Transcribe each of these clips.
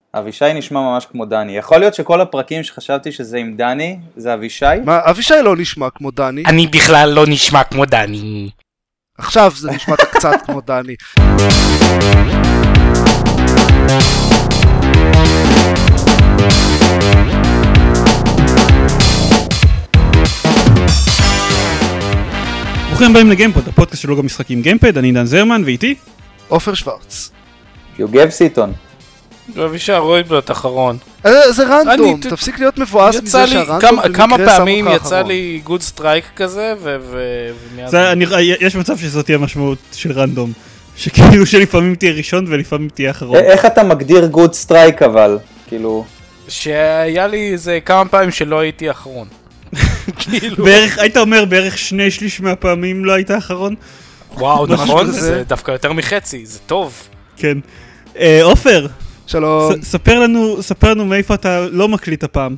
אבישי נשמע ממש כמו דני. יכול להיות שכל הפרקים שחשבתי שזה עם דני, זה אבישי? מה, אבישי לא נשמע כמו דני. אני בכלל לא נשמע כמו דני. עכשיו זה נשמע קצת כמו דני. ברוכים הבאים לגיימפוד, הפודקאסט של לוגו משחקים גיימפד, אני דן זרמן ואיתי עופר שוורץ. יוגב סיטון. אבישי רוידבלט אחרון. זה רנדום, תפסיק להיות מבואס מזה שהרנדום כמה פעמים יצא לי גוד סטרייק כזה יש מצב שזאת תהיה משמעות של רנדום, שכאילו שלפעמים תהיה ראשון ולפעמים תהיה אחרון. איך אתה מגדיר גוד סטרייק אבל? כאילו... שהיה לי איזה כמה פעמים שלא הייתי אחרון. היית אומר בערך 2/3 מהפעמים לא היית אחרון? וואו, נכון, זה דווקא יותר מחצי, זה טוב. כן. עופר, שלום. ספר לנו מאיפה אתה לא מקליט הפעם.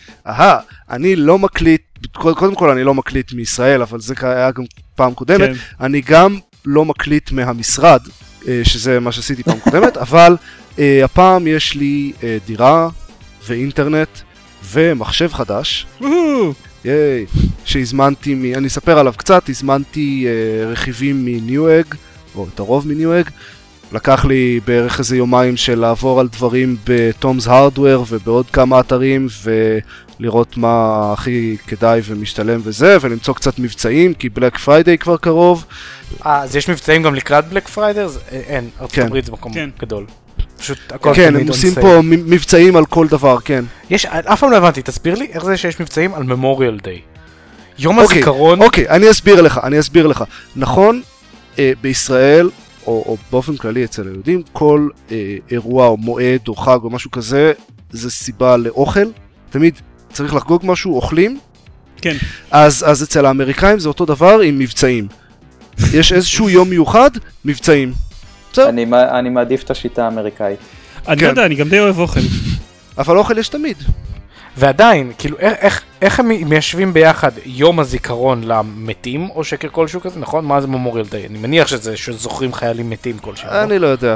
אני לא מקליט, קודם כל אני לא מקליט מישראל, אבל זה היה גם פעם קודמת. כן. אני גם לא מקליט מהמשרד, שזה מה שעשיתי פעם קודמת, אבל הפעם יש לי דירה ואינטרנט ומחשב חדש. ייי, שהזמנתי, אני אספר עליו קצת, הזמנתי רכיבים מניואג, או את הרוב מניואג. לקח לי בערך איזה יומיים של לעבור על דברים בטומס הרדוור ובעוד כמה אתרים ולראות מה הכי כדאי ומשתלם וזה, ולמצוא קצת מבצעים, כי בלק פריידיי כבר קרוב. אז יש מבצעים גם לקראת בלק פריידיי? אין, ארצות הברית זה מקום גדול. כן, הם עושים פה מבצעים על כל דבר, כן. אף פעם לא הבנתי, תסביר לי איך זה שיש מבצעים על ממוריאל דיי. יום הזיכרון... אוקיי, אני אסביר לך. נכון, בישראל, או באופן כללי אצל היהודים, כל אירוע או מועד או חג או משהו כזה, זה סיבה לאוכל. תמיד צריך לחגוג משהו, אוכלים. כן. אז אצל האמריקאים זה אותו דבר עם מבצעים. יש איזשהו יום מיוחד, מבצעים. אני מעדיף את השיטה האמריקאית. אני לא יודע, אני גם די אוהב אוכל. אבל אוכל יש תמיד. ועדיין, כאילו, איך הם מיישבים ביחד יום הזיכרון למתים, או שקר כלשהו כזה, נכון? מה זה ממוריאל דיי? אני מניח שזה שזוכרים חיילים מתים כלשהו. אני לא יודע.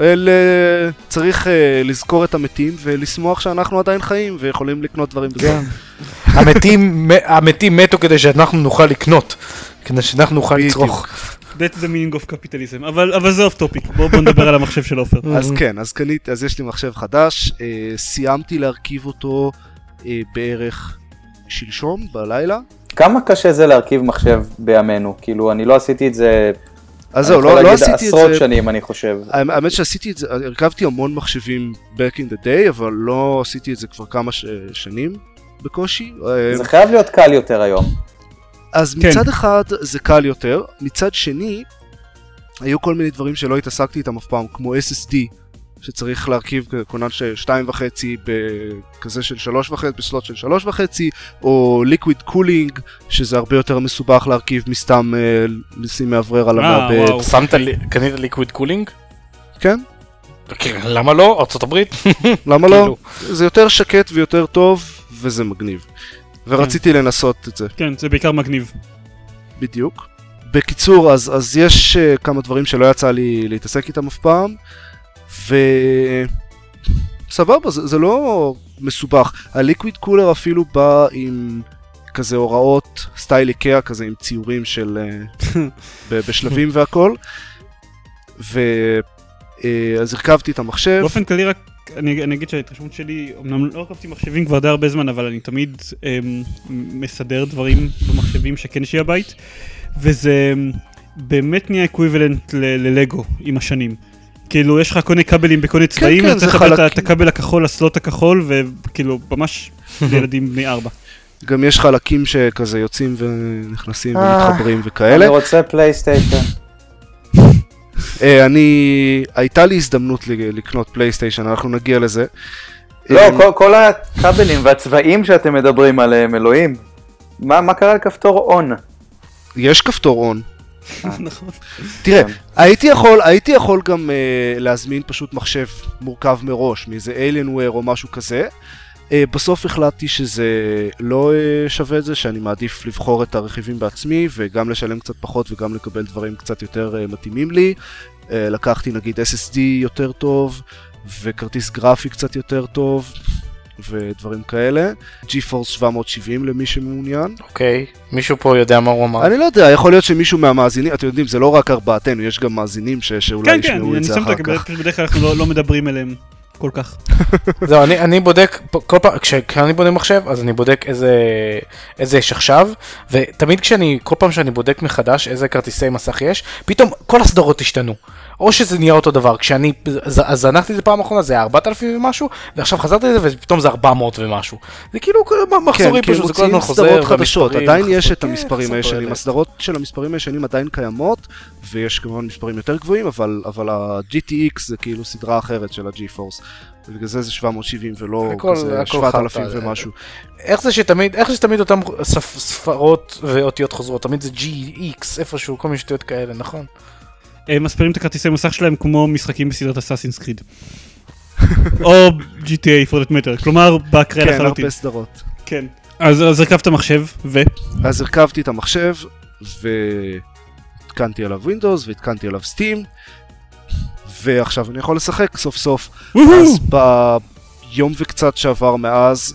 צריך לזכור את המתים ולשמוח שאנחנו עדיין חיים ויכולים לקנות דברים בזה. המתים מתו כדי שאנחנו נוכל לקנות, כדי שאנחנו נוכל לצרוך. That's the meaning of capitalism, אבל זה off topic, בואו נדבר על המחשב של עופר. אז כן, אז יש לי מחשב חדש, סיימתי להרכיב אותו בערך שלשום בלילה. כמה קשה זה להרכיב מחשב בימינו? כאילו, אני לא עשיתי את זה... אז זהו, לא עשיתי את זה... עשרות שנים, אני חושב. האמת שעשיתי את זה, הרכבתי המון מחשבים back in the day, אבל לא עשיתי את זה כבר כמה שנים בקושי. זה חייב להיות קל יותר היום. אז מצד אחד זה קל יותר, מצד שני, היו כל מיני דברים שלא התעסקתי איתם אף פעם, כמו SSD, שצריך להרכיב כונן של 2.5 בכזה של 3.5, בסלוט של 3.5, או Liquid Cooling, שזה הרבה יותר מסובך להרכיב מסתם לשים מעברר על המעבד. קנית Liquid Cooling? כן. למה לא? ארצות הברית? למה לא? זה יותר שקט ויותר טוב, וזה מגניב. ורציתי לנסות את זה. כן, זה בעיקר מגניב. בדיוק. בקיצור, אז יש כמה דברים שלא יצא לי להתעסק איתם אף פעם, וסבבה, זה לא מסובך. הליקוויד קולר אפילו בא עם כזה הוראות סטייל איקאה, כזה עם ציורים של... בשלבים והכל. אז הרכבתי את המחשב. באופן כללי רק... אני אגיד שההתרשמות שלי, אמנם לא הרכבתי מחשבים כבר די הרבה זמן, אבל אני תמיד מסדר דברים במחשבים שכן יש לי הבית, וזה באמת נהיה אקוויבלנט ללגו עם השנים. כאילו, יש לך קוני כבלים בקוני צבעים, אתה צריך את הכבל הכחול, הסלוט הכחול, וכאילו, ממש ילדים בני 4. גם יש חלקים שכזה יוצאים ונכנסים ומתחברים וכאלה. אני רוצה פלייסטיישן. הייתה לי הזדמנות לקנות פלייסטיישן, אנחנו נגיע לזה. לא, כל הכבלים והצבעים שאתם מדברים עליהם, אלוהים. מה קרה לכפתור און? יש כפתור און. נכון. תראה, הייתי יכול גם להזמין פשוט מחשב מורכב מראש, מאיזה Alienware או משהו כזה. בסוף החלטתי שזה לא שווה את זה, שאני מעדיף לבחור את הרכיבים בעצמי וגם לשלם קצת פחות וגם לקבל דברים קצת יותר מתאימים לי. לקחתי נגיד SSD יותר טוב וכרטיס גרפי קצת יותר טוב, ודברים כאלה. GeForce 770 למי שמעוניין. אוקיי, מישהו פה יודע מה הוא אמר? אני לא יודע, יכול להיות שמישהו מהמאזינים, אתם יודעים, זה לא רק ארבעתנו, יש גם מאזינים שאולי ישמעו את זה אחר כך. בדרך כלל אנחנו לא מדברים אליהם כל כך. זהו, אני בודק, כל פעם, כשאני בודק מחשב, אז אני בודק איזה יש עכשיו, ותמיד כל פעם שאני בודק מחדש איזה כרטיסי מסך יש, פתאום כל הסדרות השתנו. או שזה נהיה אותו דבר, כשאני זנחתי את זה פעם האחרונה, זה היה 4,000 ומשהו, ועכשיו חזרתי לזה ופתאום זה 400 ומשהו. זה כאילו מחזורי פשוט, זה כל הזמן חוזר, חדשות, עדיין יש את המספרים הישנים, הסדרות של המספרים הישנים עדיין קיימות, ויש כמובן מספרים יותר גבוהים, אבל ה-GTX זה כאילו סדרה אחרת של ה-GeForce, ובגלל זה 770 ולא כזה 7,000 ומשהו. איך זה שתמיד אותם ספרות ואותיות חוזרות, תמיד זה GX איפשהו, כל מיני שטויות כאלה, נכון? הם מספרים את הכרטיסי מסך שלהם כמו משחקים בסדרת אסאסינס קריד. או GTA for that matter, כלומר בהקראה לחלוטין. כן, הרבה סדרות. כן. אז הרכבת מחשב אז הרכבתי את המחשב והתקנתי עליו Windows והתקנתי עליו Steam ועכשיו אני יכול לשחק סוף סוף. אז ביום וקצת שעבר מאז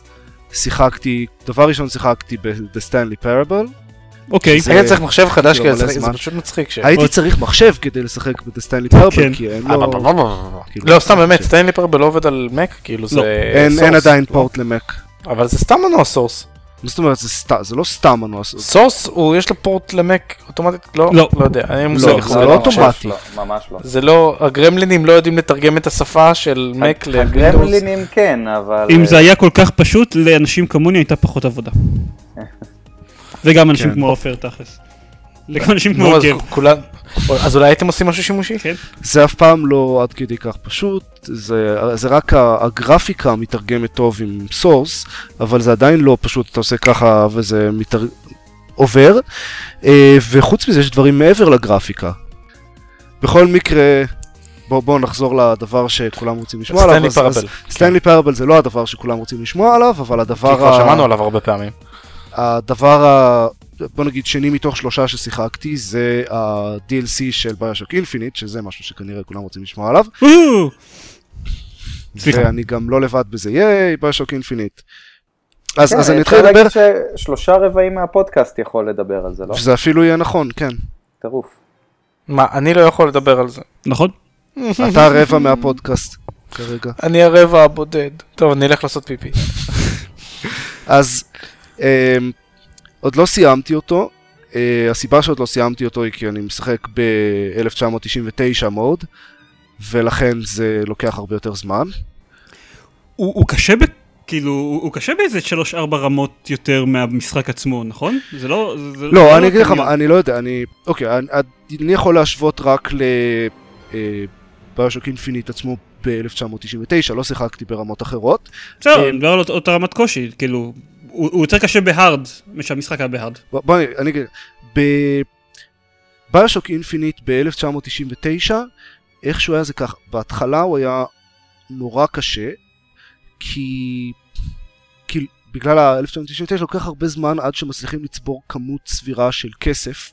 דבר ראשון שיחקתי ב-The Stanley Parable. אוקיי. היה צריך מחשב חדש, זה פשוט מצחיק. הייתי צריך מחשב כדי לשחק ב-The Stanley Parable, כי אין לו... לא, סתם באמת, Stanley Parable לא עובד על Mac, כאילו זה... אין עדיין פורט למק. אבל זה סתם מנוע סורס. זאת אומרת, זה לא סתם מנוע סורס. סורס, יש לו פורט למק אוטומטית? לא יודע, אני מוזר. זה לא אוטומטי. ממש לא. זה לא, הגרמלינים לא יודעים לתרגם את השפה של מק לווינדוס. הגרמלינים כן, אבל... אם זה היה כל כך פשוט, לאנשים כמוני הייתה פחות עבודה. וגם אנשים כמו עופר תכלס. וגם אנשים כמו גב. אז אולי הייתם עושים משהו שימושי? כן. זה אף פעם לא עד כדי כך פשוט, זה רק הגרפיקה מתרגמת טוב עם סורס, אבל זה עדיין לא פשוט, אתה עושה ככה וזה עובר, וחוץ מזה יש דברים מעבר לגרפיקה. בכל מקרה, בואו נחזור לדבר שכולם רוצים לשמוע עליו. סטנלי פרבל זה לא הדבר שכולם רוצים לשמוע עליו, אבל הדבר... כי כבר שמענו עליו הרבה פעמים. הדבר, בוא נגיד, שני מתוך 3 ששיחקתי, זה ה-DLC של ביושוק אינפיניט, שזה משהו שכנראה כולם רוצים לשמוע עליו. ואני גם לא לבד בזה, ייי, ביושוק אינפיניט. אז אני אתחיל לדבר... אפשר להגיד ש3/4 מהפודקאסט יכול לדבר על זה, לא? זה אפילו יהיה נכון, כן. טירוף. מה, אני לא יכול לדבר על זה. נכון? אתה רבע מהפודקאסט כרגע. אני הרבע הבודד. טוב, אני אלך לעשות פיפי. אז... עוד לא סיימתי אותו, הסיבה שעוד לא סיימתי אותו היא כי אני משחק ב-1999 מוד, ולכן זה לוקח הרבה יותר זמן. הוא קשה כאילו, הוא קשה באיזה 3-4 רמות יותר מהמשחק עצמו, נכון? זה לא... לא, אני אגיד לך מה, אני לא יודע, אוקיי, אני יכול להשוות רק לביושוק אינפיניט עצמו ב-1999, לא שיחקתי ברמות אחרות. בסדר, לא אותה רמת קושי, כאילו... הוא יותר קשה בהארד, שהמשחק היה בהארד. בוא, אני אגיד, ביושוק אינפיניט ב-1999, איכשהו היה זה כך, בהתחלה הוא היה נורא קשה, כי בגלל ה-1999 לוקח הרבה זמן עד שמצליחים לצבור כמות סבירה של כסף,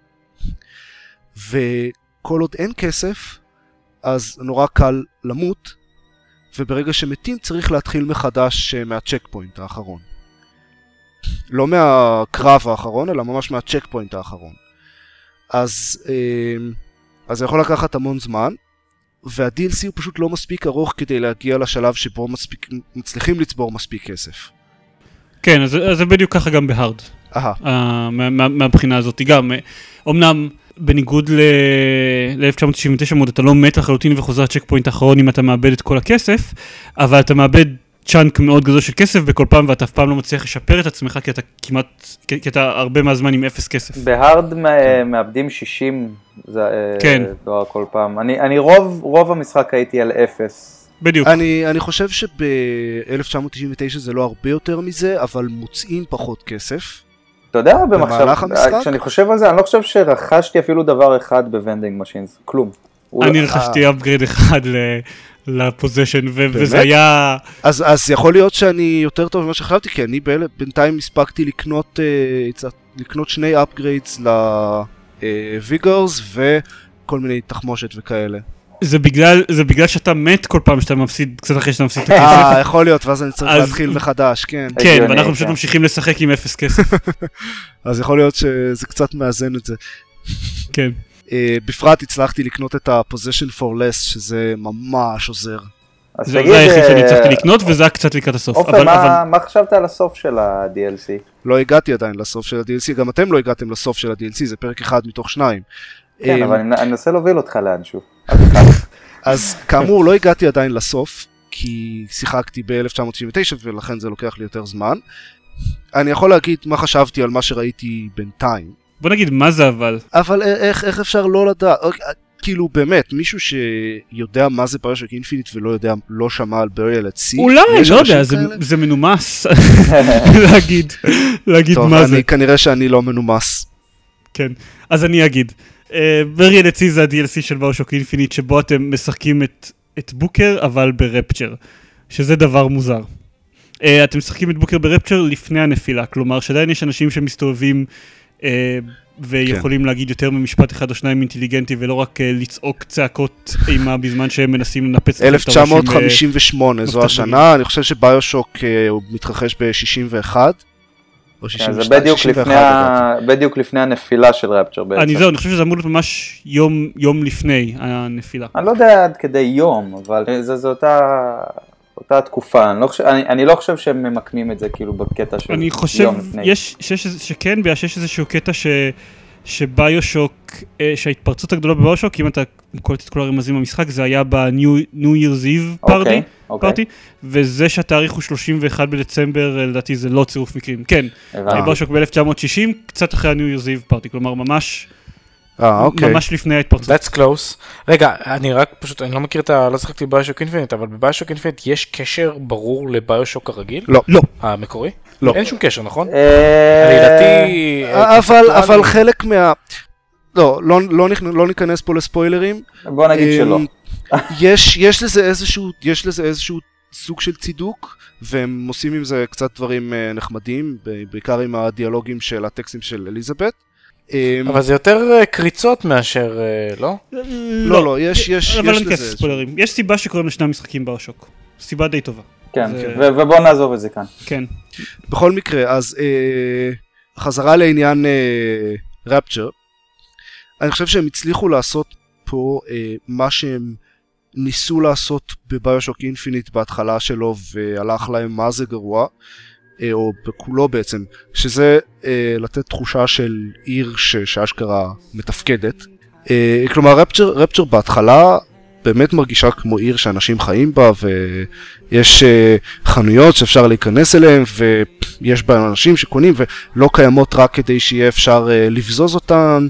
וכל עוד אין כסף, אז נורא קל למות, וברגע שמתים צריך להתחיל מחדש מהצ'ק פוינט האחרון. לא מהקרב האחרון, אלא ממש מהצ'ק פוינט האחרון. אז זה יכול לקחת המון זמן, וה-DLC הוא פשוט לא מספיק ארוך כדי להגיע לשלב שבו מצליחים לצבור מספיק כסף. כן, אז זה בדיוק ככה גם בהארד. מהבחינה הזאת גם. אמנם בניגוד ל-1999 מוד, אתה לא מת לחלוטין וחוזר הצ'ק פוינט האחרון אם אתה מאבד את כל הכסף, אבל אתה מאבד צ'אנק מאוד גדול של כסף בכל פעם, ואתה אף פעם לא מצליח לשפר את עצמך, כי אתה הרבה מהזמן עם 0 כסף. בהארד מאבדים 60, זה לא כל פעם. אני רוב המשחק הייתי על 0. בדיוק. אני חושב שב-1999 זה לא הרבה יותר מזה, אבל מוצאים פחות כסף. אתה יודע, כשאני חושב על זה, אני לא חושב שרכשתי אפילו דבר אחד בוונדינג משינס, כלום. אני רכשתי אפגריד אחד לפוזיישן, וזה היה... אז יכול להיות שאני יותר טוב ממה שחשבתי, כי אני בינתיים הספקתי לקנות 2 upgrades לוויגרס וכל מיני תחמושת וכאלה. זה בגלל שאתה מת כל פעם שאתה מפסיד, קצת אחרי שאתה מפסיד את הכסף. יכול להיות, ואז אני צריך להתחיל מחדש, כן. כן, ואנחנו פשוט ממשיכים לשחק עם 0 כסף. אז יכול להיות שזה קצת מאזן את זה. כן. בפרט הצלחתי לקנות את ה-Possession for Less, שזה ממש עוזר. זה היחיד שאני הצלחתי לקנות, וזה היה קצת לקראת הסוף. אופן, מה חשבת על הסוף של ה-DLC? לא הגעתי עדיין לסוף של ה-DLC, גם אתם לא הגעתם לסוף של ה-DLC, זה פרק 1 מתוך 2. כן, אבל אני אנסה להוביל אותך לאנשהו. אז כאמור, לא הגעתי עדיין לסוף, כי שיחקתי ב-1999, ולכן זה לוקח לי יותר זמן. אני יכול להגיד מה חשבתי על מה שראיתי בינתיים. בוא נגיד מה זה אבל. אבל איך אפשר לא לדעת? כאילו באמת, מישהו שיודע מה זה ביושוק אינפיניט ולא שמע על בריאל את סי. אולי, לא יודע, זה מנומס להגיד מה זה. כנראה שאני לא מנומס. כן, אז אני אגיד. בריאל את סי זה ה-DLC של ביושוק אינפיניט, שבו אתם משחקים את בוקר, אבל ברפצ'ר, שזה דבר מוזר. אתם משחקים את בוקר ברפצ'ר לפני הנפילה, כלומר שעדיין יש אנשים שמסתובבים ויכולים להגיד יותר ממשפט אחד או שניים אינטליגנטי, ולא רק לצעוק צעקות אימה בזמן שהם מנסים לנפץ 1958, זו השנה, אני חושב שביושוק הוא מתרחש ב-61, או 62, בדיוק לפני הנפילה של רפצ'ר בעצם. אני חושב שזה אמור להיות ממש יום לפני הנפילה. אני לא יודע עד כדי יום, אבל זה אותה תקופה, אני לא חושב שהם ממקמים את זה כאילו בקטע של יום לפני. אני חושב שכן, שיש איזשהו קטע שביושוק, שההתפרצות הגדולה בביושוק, אם אתה קולט את כל הרמזים במשחק, זה היה ב-New Year's Eve פארטי, וזה שהתאריך הוא 31 בדצמבר, לדעתי זה לא צירוף מקרים. כן, ביושוק ב-1960, קצת אחרי ה-New Year's Eve פארטי, כלומר ממש לפני ההתפרצות. That's close. רגע, אני לא מכיר לא שחקתי ביושוק אינפיניט, אבל בביושוק אינפיניט יש קשר ברור לביושוק הרגיל? לא. המקורי? לא. אין שום קשר, נכון? אבל חלק מה... לא ניכנס פה לספוילרים. בוא נגיד שלא. יש לזה איזשהו סוג של צידוק, והם עושים עם זה קצת דברים נחמדים, בעיקר עם הדיאלוגים של הטקסטים של אליזבת. אבל זה יותר קריצות מאשר, לא? לא, יש לזה. יש סיבה שקוראים לשני המשחקים ביושוק. סיבה די טובה. כן, ובוא נעזוב את זה כאן. כן. בכל מקרה, אז חזרה לעניין רפצ'ר, אני חושב שהם הצליחו לעשות פה מה שהם ניסו לעשות בביושוק אינפיניט בהתחלה שלו, והלך להם מה זה גרוע, או בכולו בעצם, שזה לתת תחושה של עיר שאשכרה מתפקדת. כלומר, רפצ'ר בהתחלה באמת מרגישה כמו עיר שאנשים חיים בה, ויש חנויות שאפשר להיכנס אליהם, ויש בה אנשים שקונים, ולא קיימות רק כדי שיהיה אפשר לבזוז אותן,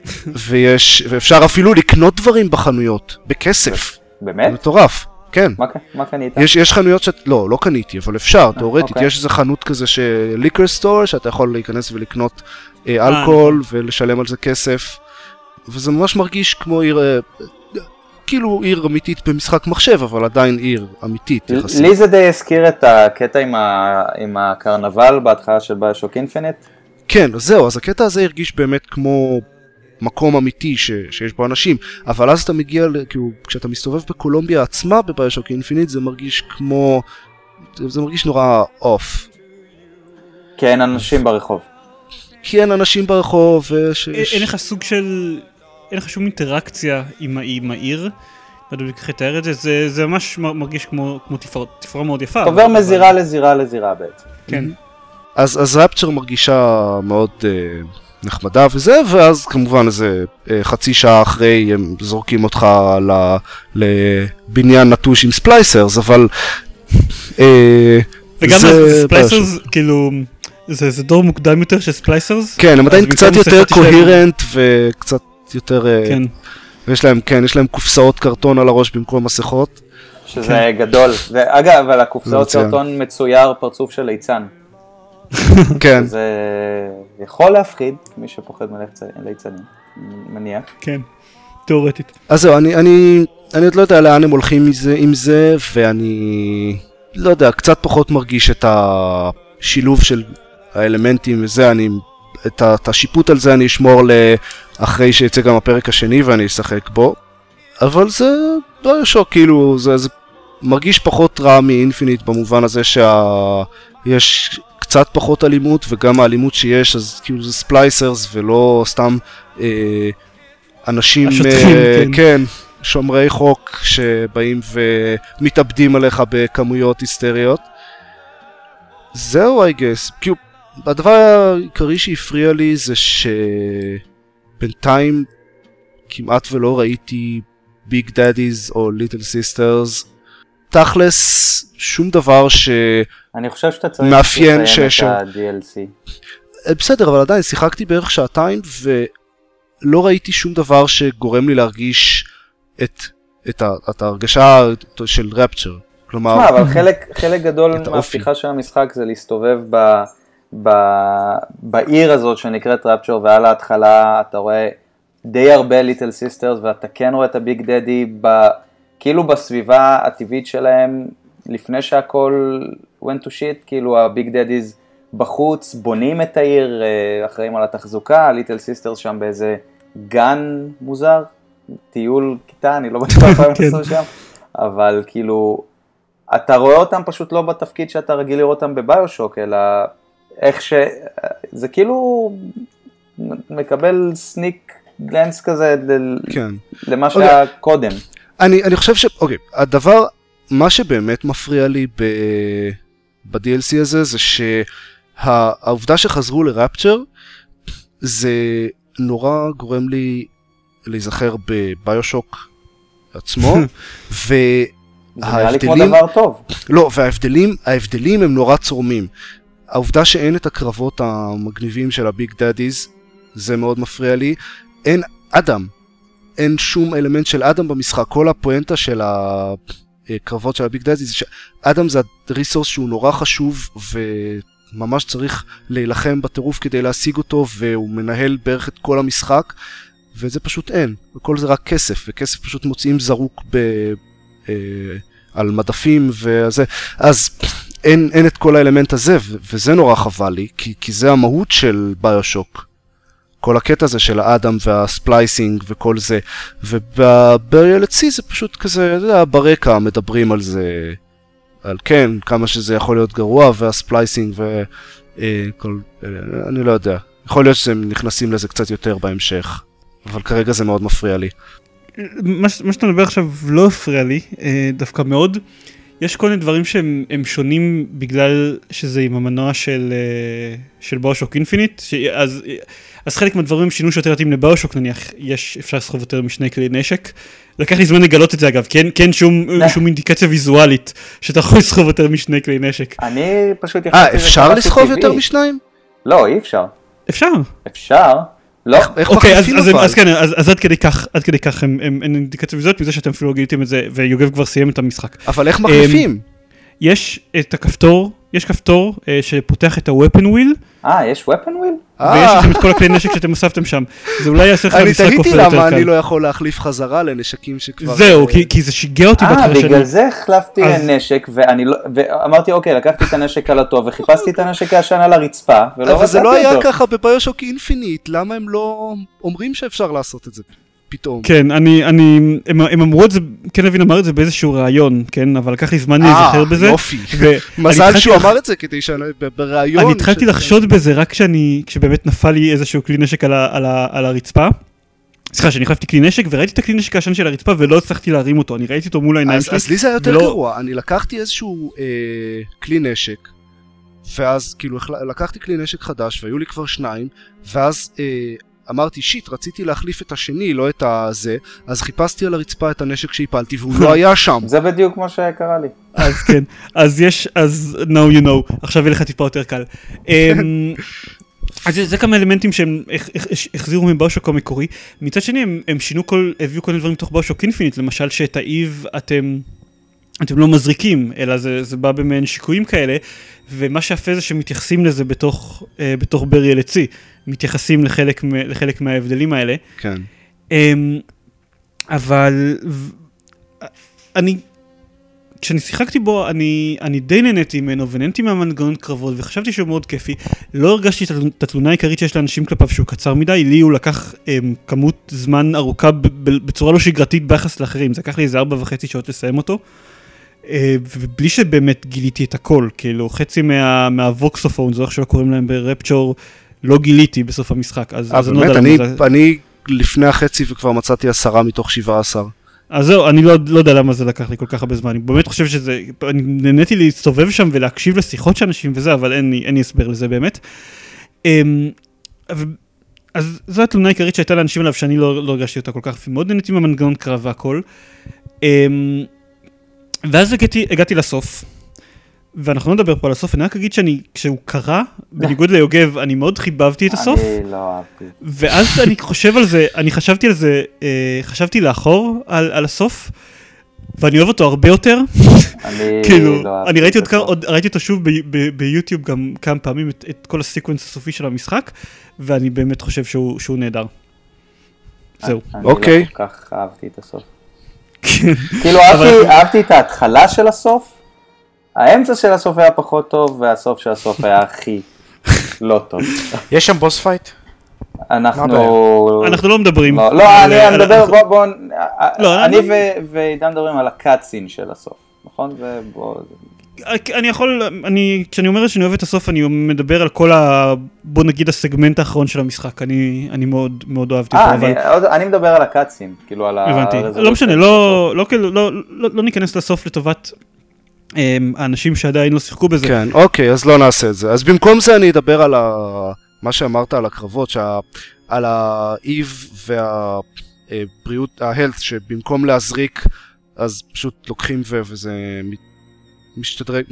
ואפשר אפילו לקנות דברים בחנויות, בכסף. באמת? מטורף. כן. מה קנית? יש חנויות לא קניתי, אבל אפשר, תיאורטית. יש איזה חנות כזה של ליקר סטור, שאתה יכול להיכנס ולקנות אלכוהול, ולשלם על זה כסף, וזה ממש מרגיש כמו עיר, כאילו עיר אמיתית במשחק מחשב, אבל עדיין עיר אמיתית יחסית. לי זה די הזכיר את הקטע עם הקרנבל בהתחלה של ביושוק אינפיניט. כן, זהו, אז הקטע הזה הרגיש באמת כמו מקום אמיתי שיש בו אנשים, אבל אז אתה מגיע, כאילו, כשאתה מסתובב בקולומביה עצמה בביושוק אינפיניט, זה מרגיש כמו, זה מרגיש נורא אוף. כי אין אנשים ברחוב. כי אין אנשים ברחוב, אין לך סוג של, אין לך שום אינטראקציה עם העיר, לא יודע איך לתאר את זה, זה ממש מרגיש כמו תפאורה מאוד יפה. עובר מזירה לזירה בעצם. כן. אז רפצ'ר מרגישה מאוד נחמדה וזה, ואז כמובן איזה חצי שעה אחרי הם זורקים אותך לבניין נטוש עם ספלייסרס, אבל וגם ספלייסרס, כאילו, זה דור מוקדם יותר של ספלייסרס. כן, הם עדיין קצת יותר קוהירנט וקצת יותר, יש להם קופסאות קרטון על הראש במקום מסכות. שזה גדול, ואגב, אבל הקופסאות קרטון מצויר פרצוף של ליצן. כן. זה יכול להפחיד, מי שפוחד מליצנים, מניח. כן, תיאורטית. אז זהו, אני עוד לא יודע לאן הם הולכים עם זה, ואני לא יודע, קצת פחות מרגיש את השילוב של האלמנטים וזה, את השיפוט על זה אני אשמור אחרי שיצא גם הפרק השני ואני אשחק בו. אבל זה ביושוק, כאילו, זה מרגיש פחות רע מאינפיניט במובן הזה יש קצת פחות אלימות, וגם האלימות שיש, אז כאילו זה ספלייסרס ולא סתם אנשים, השוטרים, כן, שומרי חוק שבאים ומתאבדים עליך בכמויות היסטריות. זהו, I guess. כאילו, הדבר העיקרי שהפריע לי זה שבינתיים כמעט ולא ראיתי ביג דאדיז או ליטל סיסטרס. תכלס, שום דבר אני חושב שאתה צריך מאפיין לסיים את ה-DLC. בסדר, אבל עדיין שיחקתי בערך שעתיים ולא ראיתי שום דבר שגורם לי להרגיש את ההרגשה של רפצ'ר. כלומר, אבל חלק גדול מהפתיחה של המשחק זה להסתובב בעיר הזאת שנקראת רפצ'ר, ועל ההתחלה אתה רואה די הרבה ליטל סיסטרס, ואתה כן רואה את הביג דדי כאילו בסביבה הטבעית שלהם, לפני שהכל went to shit, כאילו הביג דדיז בחוץ, בונים את העיר, אחראים על התחזוקה, ליטל סיסטרס שם באיזה גן מוזר, טיול כיתה, אני לא בטוח מה הם עשו שם, אבל כאילו, אתה רואה אותם פשוט לא בתפקיד שאתה רגיל לראות אותם בביושוק, אלא איך זה כאילו מקבל סניק גלנס כזה למה שהיה קודם. אני חושב אוקיי, הדבר, מה שבאמת מפריע לי ב-DLC הזה, זה שהעובדה שחזרו לרפצ'ר, זה נורא גורם לי להיזכר בביושוק עצמו, זה נראה לי כמו דבר טוב. לא, וההבדלים הם נורא צורמים. העובדה שאין את הקרבות המגניבים של הביג דאדיז, זה מאוד מפריע לי. אין אדם. אין שום אלמנט של אדם במשחק. כל הפואנטה של הקרבות של הביג דאדיז, שאדם זה הריסורס שהוא נורא חשוב, וממש צריך להילחם בטירוף כדי להשיג אותו, והוא מנהל בערך את כל המשחק, וזה פשוט אין. וכל זה רק כסף, וכסף פשוט מוצאים זרוק על מדפים וזה, אז אין את כל האלמנט הזה, וזה נורא חבל לי, כי זה המהות של ביושוק. כל הקטע הזה של האדם והספלייסינג וכל זה, ובריאל-C זה פשוט כזה, ברקע מדברים על זה, על כן, כמה שזה יכול להיות גרוע, והספלייסינג וכל, אני לא יודע, יכול להיות שהם נכנסים לזה קצת יותר בהמשך, אבל כרגע זה מאוד מפריע לי. מה שאתה מדבר עכשיו לא הפריע לי, דווקא מאוד. יש כל מיני דברים שהם שונים בגלל שזה עם המנוע של ביושוק אינפיניט, אז חלק מהדברים שינו שיותר מתאים לביושוק, נניח אפשר לסחוב יותר משני כלי נשק. לקח לי זמן לגלות את זה אגב, כן שום אינדיקציה ויזואלית שאתה יכול לסחוב יותר משני כלי נשק. אני פשוט אפשר לסחוב יותר משניים? לא, אי אפשר. אפשר? לא. אוקיי, אז כן, אז עד כדי כך הם אינדיקציה ויזואלית מזה שאתם אפילו גיליתם את זה, ויוגב כבר סיים את המשחק. אבל איך מחליפים? יש את הכפתור, יש כפתור שפותח את ה-weapon wheel. יש weapon wheel? ויש לכם את כל הכלי נשק שאתם אספתם שם. זה אולי יעשה לך משחק כופר יותר קל. אני תהיתי למה אני לא יכול להחליף חזרה לנשקים שכבר... זהו, כי זה שיגע אותי בהתחלה שלי. בגלל זה החלפתי נשק, ואמרתי אוקיי, לקחתי את הנשק על הטוב, וחיפשתי את הנשק הישן על הרצפה, ולא רציתי אותו. אבל זה לא היה ככה בביושוק אינפיניט, למה הם לא אומרים שאפשר לעשות את זה? פתאום. כן, הם אמרו את זה, כן לוין אמר את זה באיזשהו רעיון, כן, אבל לקח לי זמן להיזכר בזה. יופי. מזל שהוא אמר את זה כדי שברעיון... אני התחלתי לחשוד בזה רק כשבאמת נפל לי איזשהו כלי נשק על הרצפה. סליחה, שאני החלפתי כלי נשק וראיתי את הכלי נשק הישן של הרצפה ולא הצלחתי להרים אותו, אני ראיתי אותו מול העיניים שלי. אז לי זה היה יותר גרוע, אני לקחתי איזשהו כלי נשק, ואז כאילו לקחתי כלי נשק חדש והיו לי כבר שניים, ואז... אמרתי, שיט, רציתי להחליף את השני, לא את הזה, אז חיפשתי על הרצפה את הנשק שהפלתי, והוא לא היה שם. זה בדיוק מה שקרה לי. אז כן, אז now you know, עכשיו יהיה לך טיפה יותר קל. אז זה כמה אלמנטים שהם החזירו מביושוק המקורי. מצד שני, הם הביאו כל מיני דברים מתוך ביושוק אינפיניט, למשל שאת האיב אתם לא מזריקים, אלא זה בא במעין שיקויים כאלה, ומה שיפה זה שמתייחסים לזה בתוך בריאל-C. מתייחסים לחלק מההבדלים האלה. כן. אבל אני כשאני שיחקתי בו, אני די נהניתי ממנו, ונהניתי מהמנגנון קרבות, וחשבתי שהוא מאוד כיפי. לא הרגשתי את התלונה העיקרית שיש לאנשים כלפיו שהוא קצר מדי, לי הוא לקח כמות זמן ארוכה בצורה לא שגרתית ביחס לאחרים, זה לקח לי איזה 4.5 שעות לסיים אותו, ובלי שבאמת גיליתי את הכל, כאילו חצי מהווקסופון, זו איך שלא קוראים להם ברפצ'ור, לא גיליתי בסוף המשחק, אז אני לא יודע למה זה... אני לפני החצי וכבר מצאתי 10 מתוך 17. אז זהו, אני לא יודע למה זה לקח לי כל כך הרבה זמן, אני באמת חושב שזה, אני נהניתי להסתובב שם ולהקשיב לשיחות של אנשים וזה, אבל אין לי הסבר לזה באמת. אז זו התלונה העיקרית שהייתה לאנשים עליו, שאני לא הרגשתי אותה כל כך, ומאוד נהניתי מהמנגנון קרב והכל. ואז הגעתי לסוף, ואנחנו לא נדבר פה על הסוף, אני רק אגיד כשהוא קרה, בניגוד ליוגב, אני מאוד חיבבתי את הסוף. אני לא אהבתי. ואז אני חושב על זה, חשבתי על זה, חשבתי לאחור על הסוף, ואני אוהב אותו הרבה יותר. כאילו, אני ראיתי אותו שוב ביוטיוב גם כמה פעמים, את כל הסיקוונס הסופי של המשחק, ואני באמת חושב שהוא נהדר. זהו. אני לא כל כך אהבתי את הסוף. כאילו, אהבתי את ההתחלה של הסוף, האמצע של הסוף היה פחות טוב, והסוף של הסוף היה הכי לא טוב. יש שם בוס פייט? אנחנו לא מדברים. לא, אני מדבר, בוא, אני ועידן מדברים על הקאטסין של הסוף, נכון? כשאני אומר שאני אוהב את הסוף, אני מדבר על כל בוא נגיד הסגמנט האחרון של המשחק, אני מאוד מאוד אוהבתי אותו. אני מדבר על הקאטסין, כאילו על הבנתי, לא משנה, לא ניכנס לסוף לטובת האנשים שעדיין לא שיחקו בזה. כן, אוקיי, אז לא נעשה את זה. אז במקום זה אני אדבר על מה שאמרת על הקרבות, על האיב והבריאות, ההלט, שבמקום להזריק, אז פשוט לוקחים וזה משתדרג,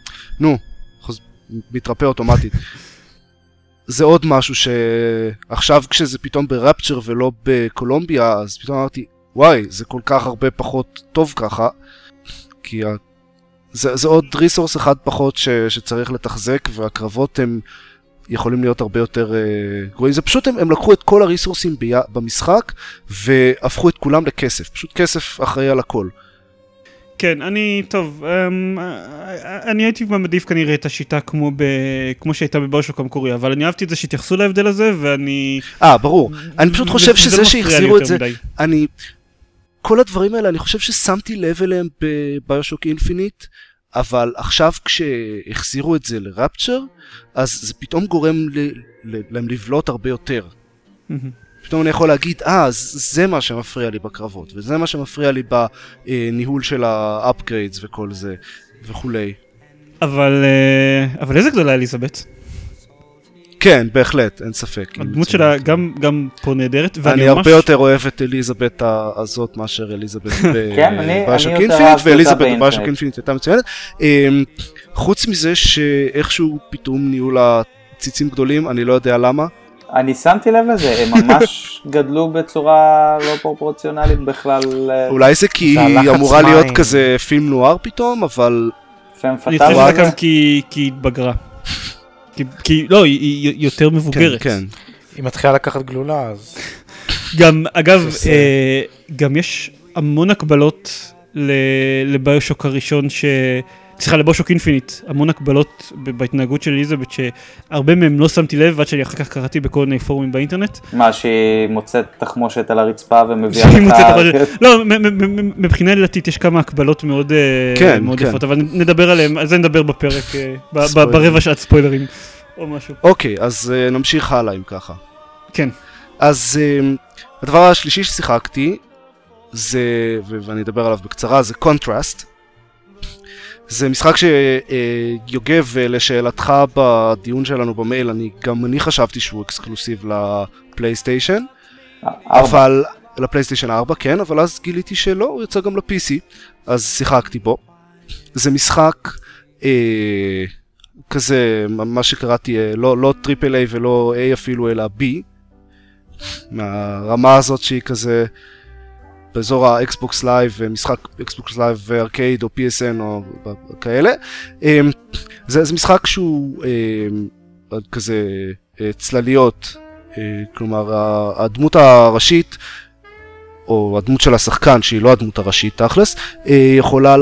מתרפא אוטומטית. זה עוד משהו שעכשיו כשזה פתאום ברפצ'ר ולא בקולומביה, אז פתאום אמרתי, וואי, זה כל כך הרבה פחות טוב ככה, כי זה עוד ריסורס אחד פחות שצריך לתחזק, והקרבות הם יכולים להיות הרבה יותר גרועים. זה פשוט הם לקחו את כל הריסורסים במשחק, והפכו את כולם לכסף. פשוט כסף אחראי על הכל. כן, אני הייתי מעדיף כנראה את השיטה כמו שהייתה בביושוק המקורי, אבל אני אהבתי את זה שהתייחסו להבדל הזה, ואני... ברור. אני פשוט חושב שזה שהחזירו את זה, כל הדברים האלה, אני חושב ששמתי לב אליהם בביושוק אינפיניט, אבל עכשיו כשהחזירו את זה לרפצ'ר, אז זה פתאום גורם להם לבלוט הרבה יותר. פתאום אני יכול להגיד, זה מה שמפריע לי בקרבות, וזה מה שמפריע לי בניהול של האפגריידס וכל זה, וכולי. אבל איזה גדולה אליזבת? כן, בהחלט, אין ספק. הדמות שלה גם פה נהדרת, אני הרבה יותר אוהב את אליזבת הזאת מאשר אליזבת בביושוק אינפיניט, ואליזבת בביושוק אינפיניט הייתה מצוינת. חוץ מזה שאיכשהו פתאום ניהול הציצים גדולים, אני לא יודע למה. אני שמתי לב לזה, הם ממש גדלו בצורה לא פרופורציונלית בכלל. אולי זה כי היא אמורה להיות כזה פילם נואר פתאום, אבל... אני חושב שזה גם כי היא התבגרה. כי לא, היא יותר מבוגרת. כן. היא מתחילה לקחת גלולה, אז... גם, אגב, גם יש המון הקבלות לביושוק הראשון לביושוק אינפיניט, המון הקבלות בהתנהגות של אליזבת, שהרבה מהם לא שמתי לב, עד שאני אחר כך קראתי בכל מיני פורומים באינטרנט. מה, שהיא מוצאת תחמושת על הרצפה ומביאה לך... לא, מבחינה לילתית יש כמה הקבלות מאוד יפות, אבל נדבר עליהם, על זה נדבר בפרק, ברבע שעת ספוילרים, או משהו. אוקיי, אז נמשיך הלאה אם ככה. כן. אז הדבר השלישי ששיחקתי, זה, ואני אדבר עליו בקצרה, זה Contrast. זה משחק שיוגב, לשאלתך בדיון שלנו במייל, גם אני חשבתי שהוא אקסקלוסיב לפלייסטיישן, אבל לפלייסטיישן 4, כן, אבל אז גיליתי שלא, הוא יצא גם ל-PC, אז שיחקתי בו. זה משחק כזה, מה שקראתי, לא טריפל איי ולא A אפילו, אלא B, מהרמה הזאת שהיא כזה... באזור האקסבוקס לייב, משחק אקסבוקס לייב וארקייד או PSN או כאלה. זה משחק שהוא כזה צלליות, כלומר הדמות הראשית או הדמות של השחקן, שהיא לא הדמות הראשית תכלס, יכולה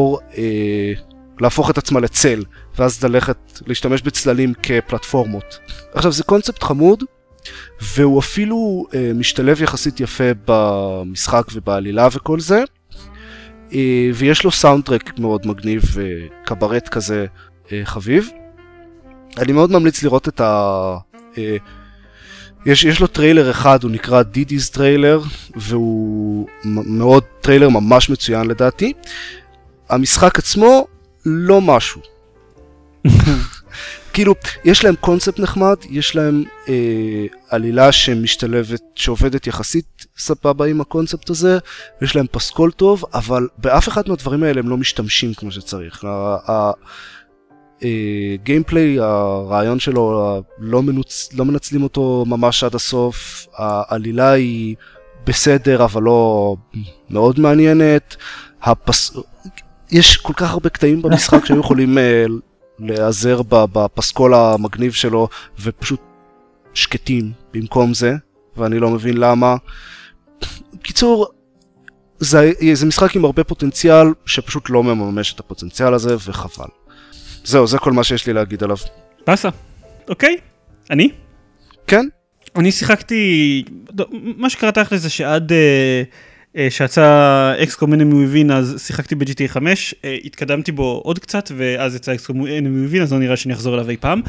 להפוך את עצמה לצל, ואז להשתמש בצללים כפלטפורמות. עכשיו, זה קונספט חמוד, והוא אפילו משתלב יחסית יפה במשחק ובעלילה וכל זה, ויש לו סאונדטרק מאוד מגניב וקברט כזה חביב. אני מאוד ממליץ לראות את יש לו טריילר אחד, הוא נקרא דידי's טריילר, והוא מאוד טריילר ממש מצוין לדעתי. המשחק עצמו לא משהו. כאילו, יש להם קונספט נחמד, יש להם עלילה שמשתלבת, שעובדת יחסית סבבה עם הקונספט הזה, יש להם פסקול טוב, אבל באף אחד מהדברים האלה הם לא משתמשים כמו שצריך. גיימפליי, הרעיון שלו, לא מנצלים אותו ממש עד הסוף, העלילה היא בסדר, אבל לא מאוד מעניינת, יש כל כך הרבה קטעים במשחק שהיו יכולים להיעזר בפסקול המגניב שלו, ופשוט שקטים במקום זה, ואני לא מבין למה. קיצור, זה משחק עם הרבה פוטנציאל, שפשוט לא מממש את הפוטנציאל הזה, וחבל. זהו, זה כל מה שיש לי להגיד עליו. פסה. אוקיי, אני? כן? אני שיחקתי, מה שקראתי אחרי זה שעד שיצא אקסקום אנמי וויבין, אז שיחקתי ב-GTA 5, התקדמתי בו עוד קצת, ואז יצא אקסקום אנמי וויבין, אז לא נראה שאני אחזור אליו אי פעם.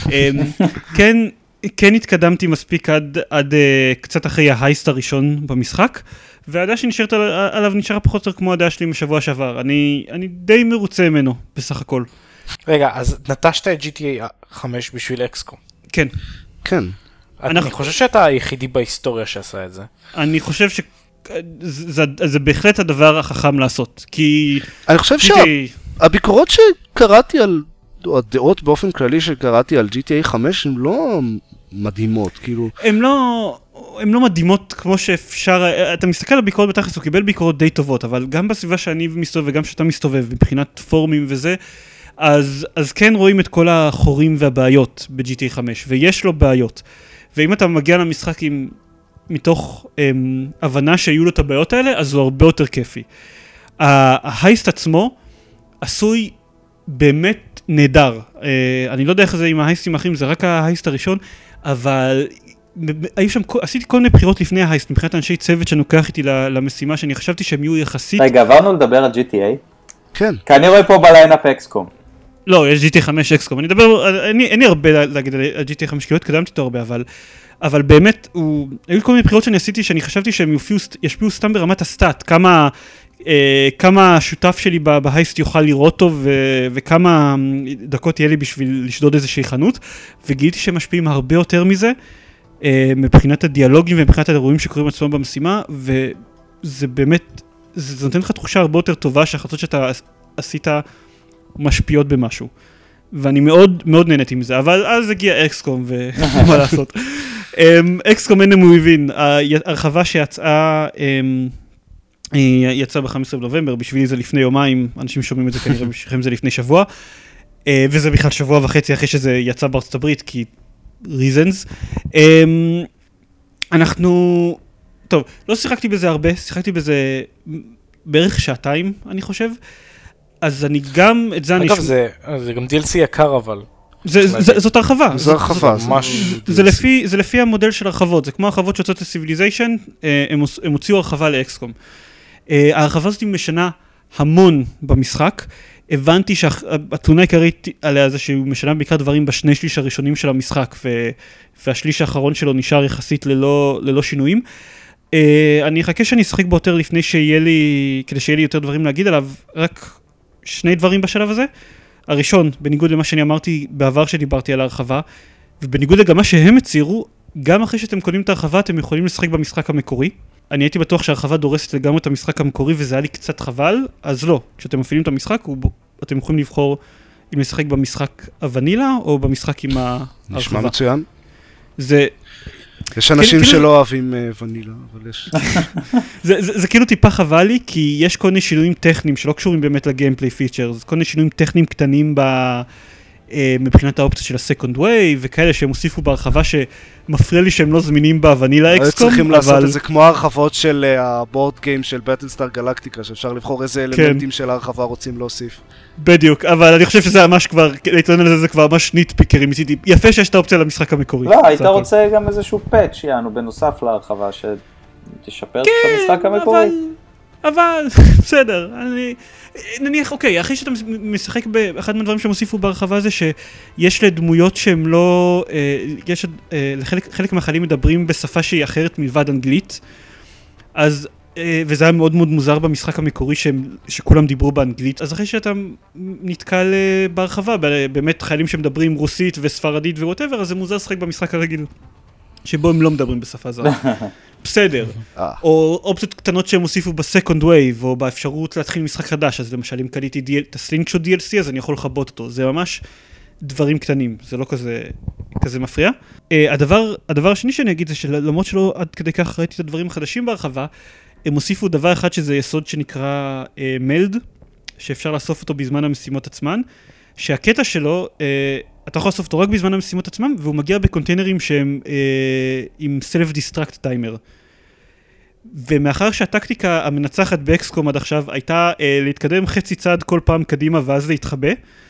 כן התקדמתי מספיק עד קצת אחרי ההייסט הראשון במשחק, והדעה שנשארת עליו נשארה פחות או יותר כמו הדעה שלי משבוע שעבר. אני די מרוצה ממנו, בסך הכל. רגע, אז נטשת את GTA 5 בשביל אקסקום. כן. כן. אני חושב שאתה היחידי בהיסטוריה שעשה את זה. אני חושב שזה בהחלט הדבר החכם לעשות, כי... אני חושב שהביקורות שקראתי על, או הדעות באופן כללי שקראתי על GTA 5 הן לא מדהימות, כאילו... הן לא מדהימות כמו שאפשר, אתה מסתכל על הביקורות בתכלס, הוא קיבל ביקורות די טובות, אבל גם בסביבה שאני מסתובב וגם שאתה מסתובב, מבחינת פורומים וזה, אז כן רואים את כל החורים והבעיות ב-GTA 5, ויש לו בעיות. ואם אתה מגיע למשחק מתוך הבנה שיהיו לו את הבעיות האלה, אז הוא הרבה יותר כיפי. ההייסט עצמו עשוי באמת נהדר. אני לא יודע איך זה עם ההייסטים האחרים, זה רק ההייסט הראשון, אבל עשיתי כל מיני בחירות לפני ההייסט, מבחינת אנשי צוות שאני לוקח איתי למשימה, שאני חשבתי שהם יהיו יחסית... רגע, עברנו לדבר על GTA? כן. כי אני רואה פה בליינאפ אקסקום. לא, יש GTA 5 אקסקום. אין לי הרבה להגיד על GTA 5, כי לא התקדמתי אותו הרבה, אבל באמת, היו כל מיני בחירות שאני עשיתי, שאני חשבתי שהם ישפיעו סתם ברמת הסטאט, כמה השותף שלי בהייסט יוכל לראות טוב, וכמה דקות יהיה לי בשביל לשדוד איזושהי חנות, וגיליתי שהם משפיעים הרבה יותר מזה, מבחינת הדיאלוגים ומבחינת האירועים שקורים עצמם במשימה, וזה באמת, זה נותן לך תחושה הרבה יותר טובה, שהחלטות שאתה עשית משפיעות במשהו. ואני מאוד מאוד נהניתי מזה, אבל אז הגיע אקסקום, ומה לעשות. אקסקום אנמי וויבין, הרחבה שיצאה, יצא ב-15 בנובמבר, בשבילי זה לפני יומיים, אנשים שומעים את זה כנראה, בשבילכם זה לפני שבוע, וזה בכלל שבוע וחצי אחרי שזה יצא בארצות הברית, כי reasons. טוב, לא שיחקתי בזה הרבה, שיחקתי בזה בערך שעתיים, אני חושב, אז אני גם, את זה אני... אגב, זה גם DLC יקר, אבל... זאת הרחבה. זה הרחבה. זה לפי המודל של הרחבות, זה כמו הרחבות שיוצאות לסיביליזיישן, הם הוציאו הרחבה לאקסקום. ההרחבה הזאת משנה המון במשחק, הבנתי שהתלונה העיקרית עליה זה שהוא משנה בעיקר דברים בשני שליש הראשונים של המשחק, והשליש האחרון שלו נשאר יחסית ללא שינויים. אני אחכה שאני אשחק בו יותר לפני כדי שיהיה לי יותר דברים להגיד עליו, רק שני דברים בשלב הזה. הראשון, בניגוד למה שאני אמרתי בעבר שדיברתי על ההרחבה, ובניגוד לגם מה שהם הצהירו, גם אחרי שאתם קונים את ההרחבה, אתם יכולים לשחק במשחק המקורי. אני הייתי בטוח שההרחבה דורסת לגמרי את המשחק המקורי, וזה היה לי קצת חבל, אז לא. כשאתם מפעילים את המשחק, אתם יכולים לבחור אם לשחק במשחק הוונילה, או במשחק עם ההרחבה. נשמע מצוין. יש אנשים שלא אוהבים ונילה, אבל יש... זה כאילו טיפה חבל לי, כי יש כל מיני שינויים טכניים שלא קשורים באמת לגיימפליי פיצ'ר, זה כל מיני שינויים טכניים קטנים מבחינת האופציה של ה-Second Wave, וכאלה שהם הוסיפו בהרחבה שמפריע לי שהם לא זמינים בוונילה אקסקום. צריכים לעשות את זה כמו ההרחבות של הבורד גיים של בטלסטאר גלקטיקה, שאפשר לבחור איזה אלמנטים של ההרחבה רוצים להוסיף. בדיוק, אבל אני חושב שזה ממש כבר, להתלונן על זה כבר ממש ניטפיקרים מצידי. יפה שיש את האופציה למשחק המקורי. לא, היית רוצה גם איזשהו פאץ' יענו, בנוסף להרחבה, שתשפר את המשחק המקורי. אבל, בסדר, נניח, אוקיי, אחרי שאתה משחק באחד מהדברים שהם הוסיפו בהרחבה זה שיש לדמויות שהם לא, חלק מהחיילים מדברים בשפה שהיא אחרת מלבד אנגלית, אז, וזה היה מאוד מאוד מוזר במשחק המקורי שכולם דיברו באנגלית, אז אחרי שאתה נתקל בהרחבה, באמת חיילים שמדברים רוסית וספרדית ווואטאבר, אז זה מוזר לשחק במשחק הרגיל, שבו הם לא מדברים בשפה זרה. בסדר, או אופציות קטנות שהם הוסיפו בסקונד וייב, או באפשרות להתחיל משחק חדש, אז למשל אם קניתי את הסלינקשוט DLC, אז אני יכול לחבות אותו, זה ממש דברים קטנים, זה לא כזה מפריע. הדבר השני שאני אגיד זה שלמרות שלא עד כדי כך ראיתי את הדברים החדשים בהרחבה, הם הוסיפו דבר אחד שזה יסוד שנקרא מלד, שאפשר לאסוף אותו בזמן המשימות עצמן, שהקטע שלו, אתה יכול לאסוף אותו רק בזמן המשימות עצמם, והוא מגיע בקונטיינרים שהם עם Self-Destruct Timer. ומאחר שהטקטיקה המנצחת באקסקום עד עכשיו הייתה להתקדם חצי צעד כל פעם קדימה ואז להתחבא,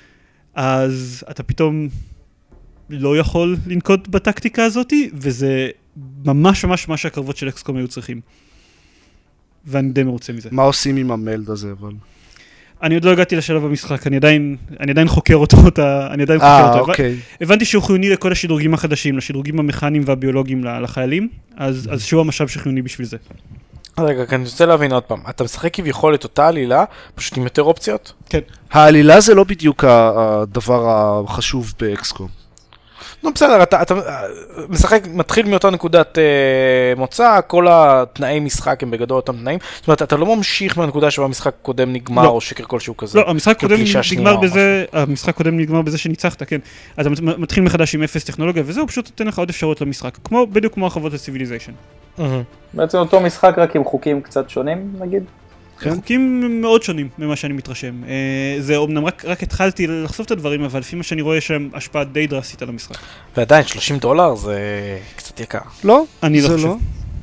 אז אתה פתאום לא יכול לנקוט בטקטיקה הזאת, וזה ממש ממש מה שהקרבות של אקסקום היו צריכים. ואני די מרוצה מזה. מה עושים עם המלד הזה אבל? אני עוד לא הגעתי לשלב במשחק, אני עדיין חוקר אותו, אוקיי. הבנתי שהוא חיוני לכל השדרוגים החדשים, לשדרוגים המכניים והביולוגיים לחיילים, אז שהוא המשאב שחיוני בשביל זה. רגע, אני רוצה להבין עוד פעם, אתה משחק כביכול את אותה עלילה, פשוט עם יותר אופציות? כן. העלילה זה לא בדיוק הדבר החשוב באקסקום. נו בסדר, אתה משחק, מתחיל מאותה נקודת מוצא, כל התנאי משחק הם בגדול אותם תנאים, זאת אומרת, אתה לא ממשיך מהנקודה שבה המשחק קודם נגמר, או שקר כלשהו כזה. לא, המשחק קודם נגמר בזה שניצחת, כן. אז אתה מתחיל מחדש עם אפס טכנולוגיה, וזהו, פשוט נותן לך עוד אפשרות למשחק, בדיוק כמו הרחבות לציוויליזיישן. בעצם אותו משחק רק עם חוקים קצת שונים, נגיד? חוקים מאוד שונים ממה שאני מתרשם. זה אומנם רק התחלתי לחשוף את הדברים, אבל לפי מה שאני רואה יש שם השפעה די דרסית על המשחק. ועדיין $30 זה קצת יקר. לא? אני לא חושב.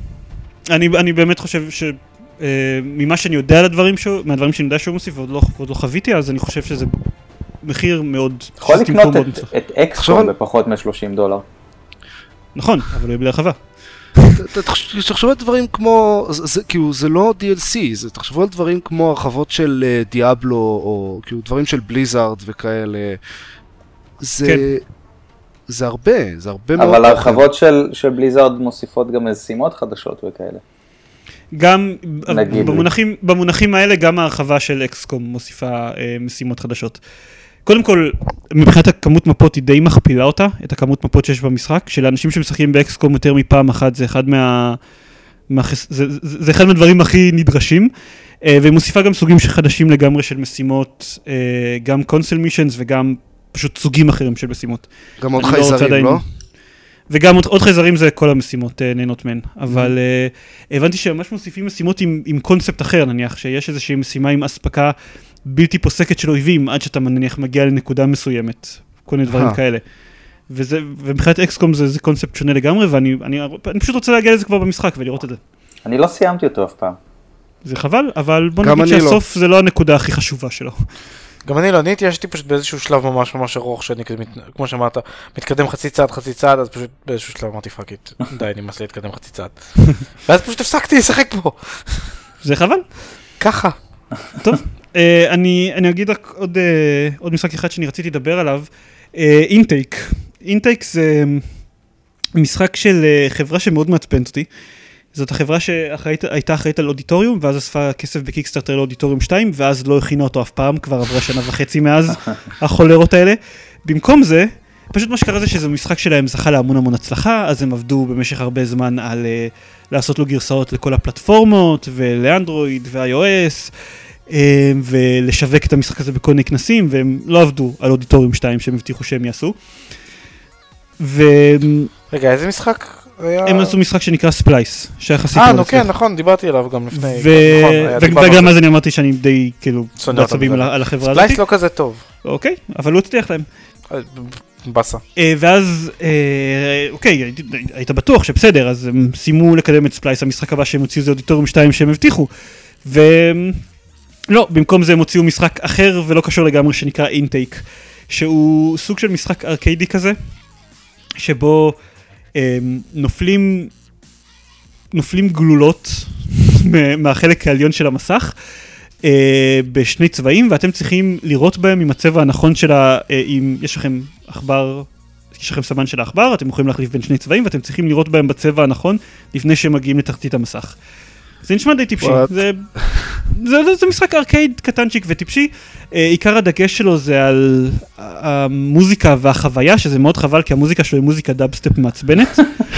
אני באמת חושב שממה שאני יודע על הדברים מהדברים שאני יודע שהוא מוסיף ועוד לא חוויתי, אז אני חושב שזה מחיר מאוד... יכול לקנות את אקסקום בפחות $30. נכון, אבל הוא בלי הרחבה. תחשבו על דברים כמו, כאילו זה לא DLC, תחשבו על דברים כמו הרחבות של דיאבלו, או כאילו דברים של בליזארד וכאלה, זה הרבה מאוד. אבל הרחבות של בליזארד מוסיפות גם משימות חדשות וכאלה. גם, במונחים האלה, גם ההרחבה של אקסקום מוסיפה משימות חדשות. קודם כל, מבחינת הכמות מפות היא די מכפילה אותה, את הכמות מפות שיש במשחק, שלאנשים שמשחקים באקסקום יותר מפעם אחת, זה אחד מהדברים הכי נדרשים, והיא מוסיפה גם סוגים חדשים לגמרי של משימות, גם קונסל מישנס וגם פשוט סוגים אחרים של משימות. גם עוד חייזרים, לא? וגם עוד חייזרים זה כל המשימות נהנות מהן, אבל הבנתי שממש מוסיפים משימות עם קונספט אחר, נניח שיש איזושהי משימה עם אספקה בלתי פוסקת של אויבים, עד שאתה נניח מגיע לנקודה מסוימת, כל מיני דברים כאלה. ומבחינת אקסקום זה קונספט שונה לגמרי, ואני פשוט רוצה להגיע לזה כבר במשחק ולראות את זה. אני לא סיימתי אותו אף פעם. זה חבל, אבל בוא נגיד שהסוף זה לא הנקודה הכי חשובה שלו. גם אני לא, אני התיישתי פשוט באיזשהו שלב ממש ממש ארוך, שאני כמו שאמרת, מתקדם חצי צעד, אז פשוט באיזשהו שלב אמרתי פאקית, די, אני מנסה להתקדם חצי צעד. ואז פשוט הפסקתי לשחק פה. זה חבל? ככה. טוב, אני אגיד רק עוד משחק אחד שאני רציתי לדבר עליו, אינטייק. אינטייק זה משחק של חברה שמאוד מעצבנת אותי. זאת החברה שהייתה אחראית על אודיטוריום, ואז אספה כסף בקיקסטארטר לאודיטוריום 2, ואז לא הכינה אותו אף פעם, כבר עברה 1.5 שנה מאז החולרות האלה. במקום זה, פשוט מה שקרה זה שזה משחק שלהם זכה להמון הצלחה, אז הם עבדו במשך הרבה זמן על לעשות לו גרסאות לכל הפלטפורמות, ולאנדרואיד ו-iOS, ולשווק את המשחק הזה בכל מיני כנסים, והם לא עבדו על אודיטוריום 2 שהם הבטיחו שהם יעשו. רגע, איזה משחק הם עשו משחק שנקרא ספלייס, שיחסית נו כן, נכון, דיברתי עליו גם לפני. וגם אז אני אמרתי שאני די כאילו בעצבים על החברה הזאת. ספלייס לא כזה טוב. אוקיי, אבל הוא הצליח להם. בסה. ואז, אוקיי, היית בטוח שבסדר, אז הם סיימו לקדם את ספלייס, המשחק הבא שהם הוציאו זה אודיטוריום 2 שהם הבטיחו. ולא, במקום זה הם הוציאו משחק אחר ולא קשור לגמרי שנקרא אינטייק, שהוא סוג של משחק ארקיידי כזה, שבו נופלים גלולות מהחלק העליון של המסך, בשני צבעים, ואתם צריכים לראות בהם עם הצבע הנכון שלה, אם יש לכם עכבר, יש לכם סמן של העכבר, אתם יכולים להחליף בין שני צבעים, ואתם צריכים לראות בהם בצבע הנכון, לפני שהם מגיעים לתחתית המסך. זה נשמע די טיפשי, זה משחק ארקייד קטנצ'יק וטיפשי, עיקר הדגש שלו זה על המוזיקה והחוויה, שזה מאוד חבל, כי המוזיקה שלו היא מוזיקה דאבסטפ מעצבנת.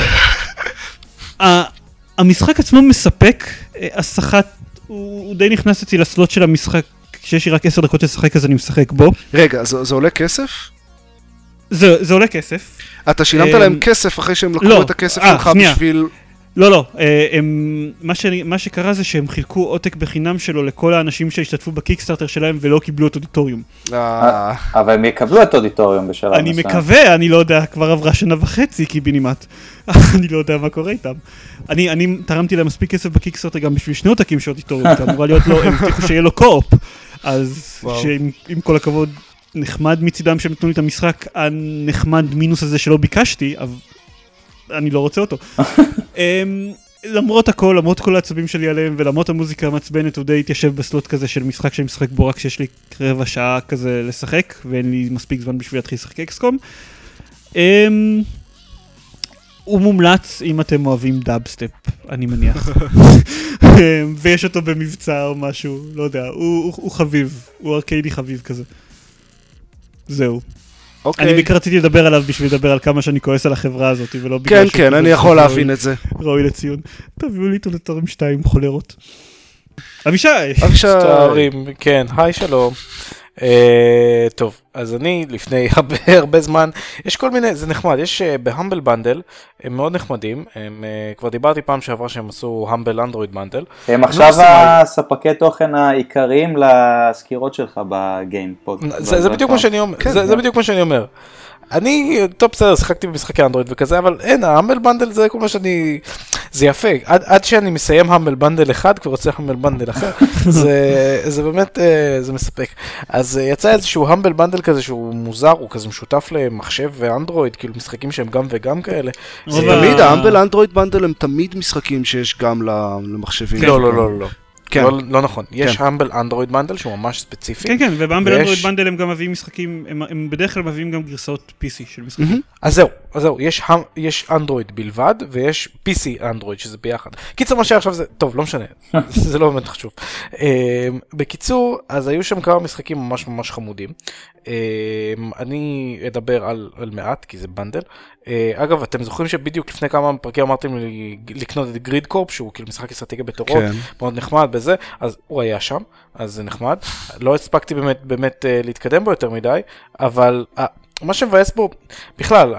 המשחק עצמו מספק, הסחט, הוא די נכנס אצלי לסלוט של המשחק, כשיש לי רק 10 דקות לשחק אז אני משחק בו. רגע, זה עולה כסף? זה עולה כסף. אתה שילמת להם כסף אחרי שהם לקחו את הכסף שלך בשביל... לא, מה שקרה זה שהם חילקו עותק בחינם שלו לכל האנשים שהשתתפו בקיקסטארטר שלהם ולא קיבלו את אודיטוריום. אבל הם יקבלו את אודיטוריום בשלב מסוים. אני מקווה, אני לא יודע, כבר עברה שנה וחצי קיבינימט. אני לא יודע מה קורה איתם. אני תרמתי להם מספיק כסף בקיקסטארטר גם בשביל 2 עותקים של אודיטוריום, כי אמורה להיות לו, הם הבטיחו שיהיה לו קו-אופ. אז שעם כל הכבוד נחמד מצידם שהם נתנו לי את המשחק, הנחמד מינוס הזה שלא ביקשתי, אבל אני לא רוצה אותו. למרות הכל, למרות כל העצבים שלי עליהם, ולמרות המוזיקה המעצבנת, הוא די התיישב בסלוט כזה של משחק שאני משחק בו רק שיש לי רבע שעה כזה לשחק, ואין לי מספיק זמן בשביל להתחיל לשחק אקסקום. הוא מומלץ אם אתם אוהבים דאבסטפ, אני מניח. ויש אותו במבצע או משהו, לא יודע, הוא חביב, הוא ארקיידי חביב כזה. זהו. אני בעיקר רציתי לדבר עליו בשביל לדבר על כמה שאני כועס על החברה הזאת, ולא בגלל כן, אני יכול להבין את זה. ראוי לציון. תביאו לי אודיטוריום 2 חולרות. אבישי! כן, היי שלום. טוב, אז אני לפני הרבה זמן, יש כל מיני, זה נחמד, יש בהמבל בנדל, הם מאוד נחמדים, כבר דיברתי פעם שעברה שהם עשו המבל אנדרואיד בנדל. הם עכשיו הספקי תוכן העיקריים לסקירות שלך בגיים. זה בדיוק מה שאני אומר, זה בדיוק מה שאני אומר. אני, טוב בסדר, שיחקתי במשחקי אנדרואיד וכזה, אבל אין, ההמבל בנדל זה כל מה שאני, זה יפה, עד שאני מסיים המבל בנדל אחד, כבר רוצה המבל בנדל אחר, זה באמת, זה מספק. אז יצא איזשהו המבל בנדל כזה שהוא מוזר, הוא כזה משותף למחשב ואנדרואיד, כאילו משחקים שהם גם וגם כאלה. זה תמיד, ההמבל אנדרואיד בנדל הם תמיד משחקים שיש גם למחשבים. לא. לא נכון, יש המבל אנדרואיד בנדל שהוא ממש ספציפי. כן, ובהמבל אנדרואיד בנדל הם גם מביאים משחקים, הם בדרך כלל מביאים גם גרסאות PC של משחקים. אז זהו, יש אנדרואיד בלבד, ויש PC אנדרואיד שזה ביחד. קיצור מה שעכשיו זה, טוב, לא משנה, זה לא באמת חשוב. בקיצור, אז היו שם כמה משחקים ממש ממש חמודים. אני אדבר על מעט, כי זה בנדל. אגב, אתם זוכרים שבדיוק לפני כמה פרקים אמרתם לי לקנות את גריד קורפ, שהוא כאילו משחק אסטרטגיה בתורות, מאוד נחמד בזה, אז הוא היה שם, אז זה נחמד. לא הספקתי באמת להתקדם בו יותר מדי, אבל מה שמבאס בו, בכלל,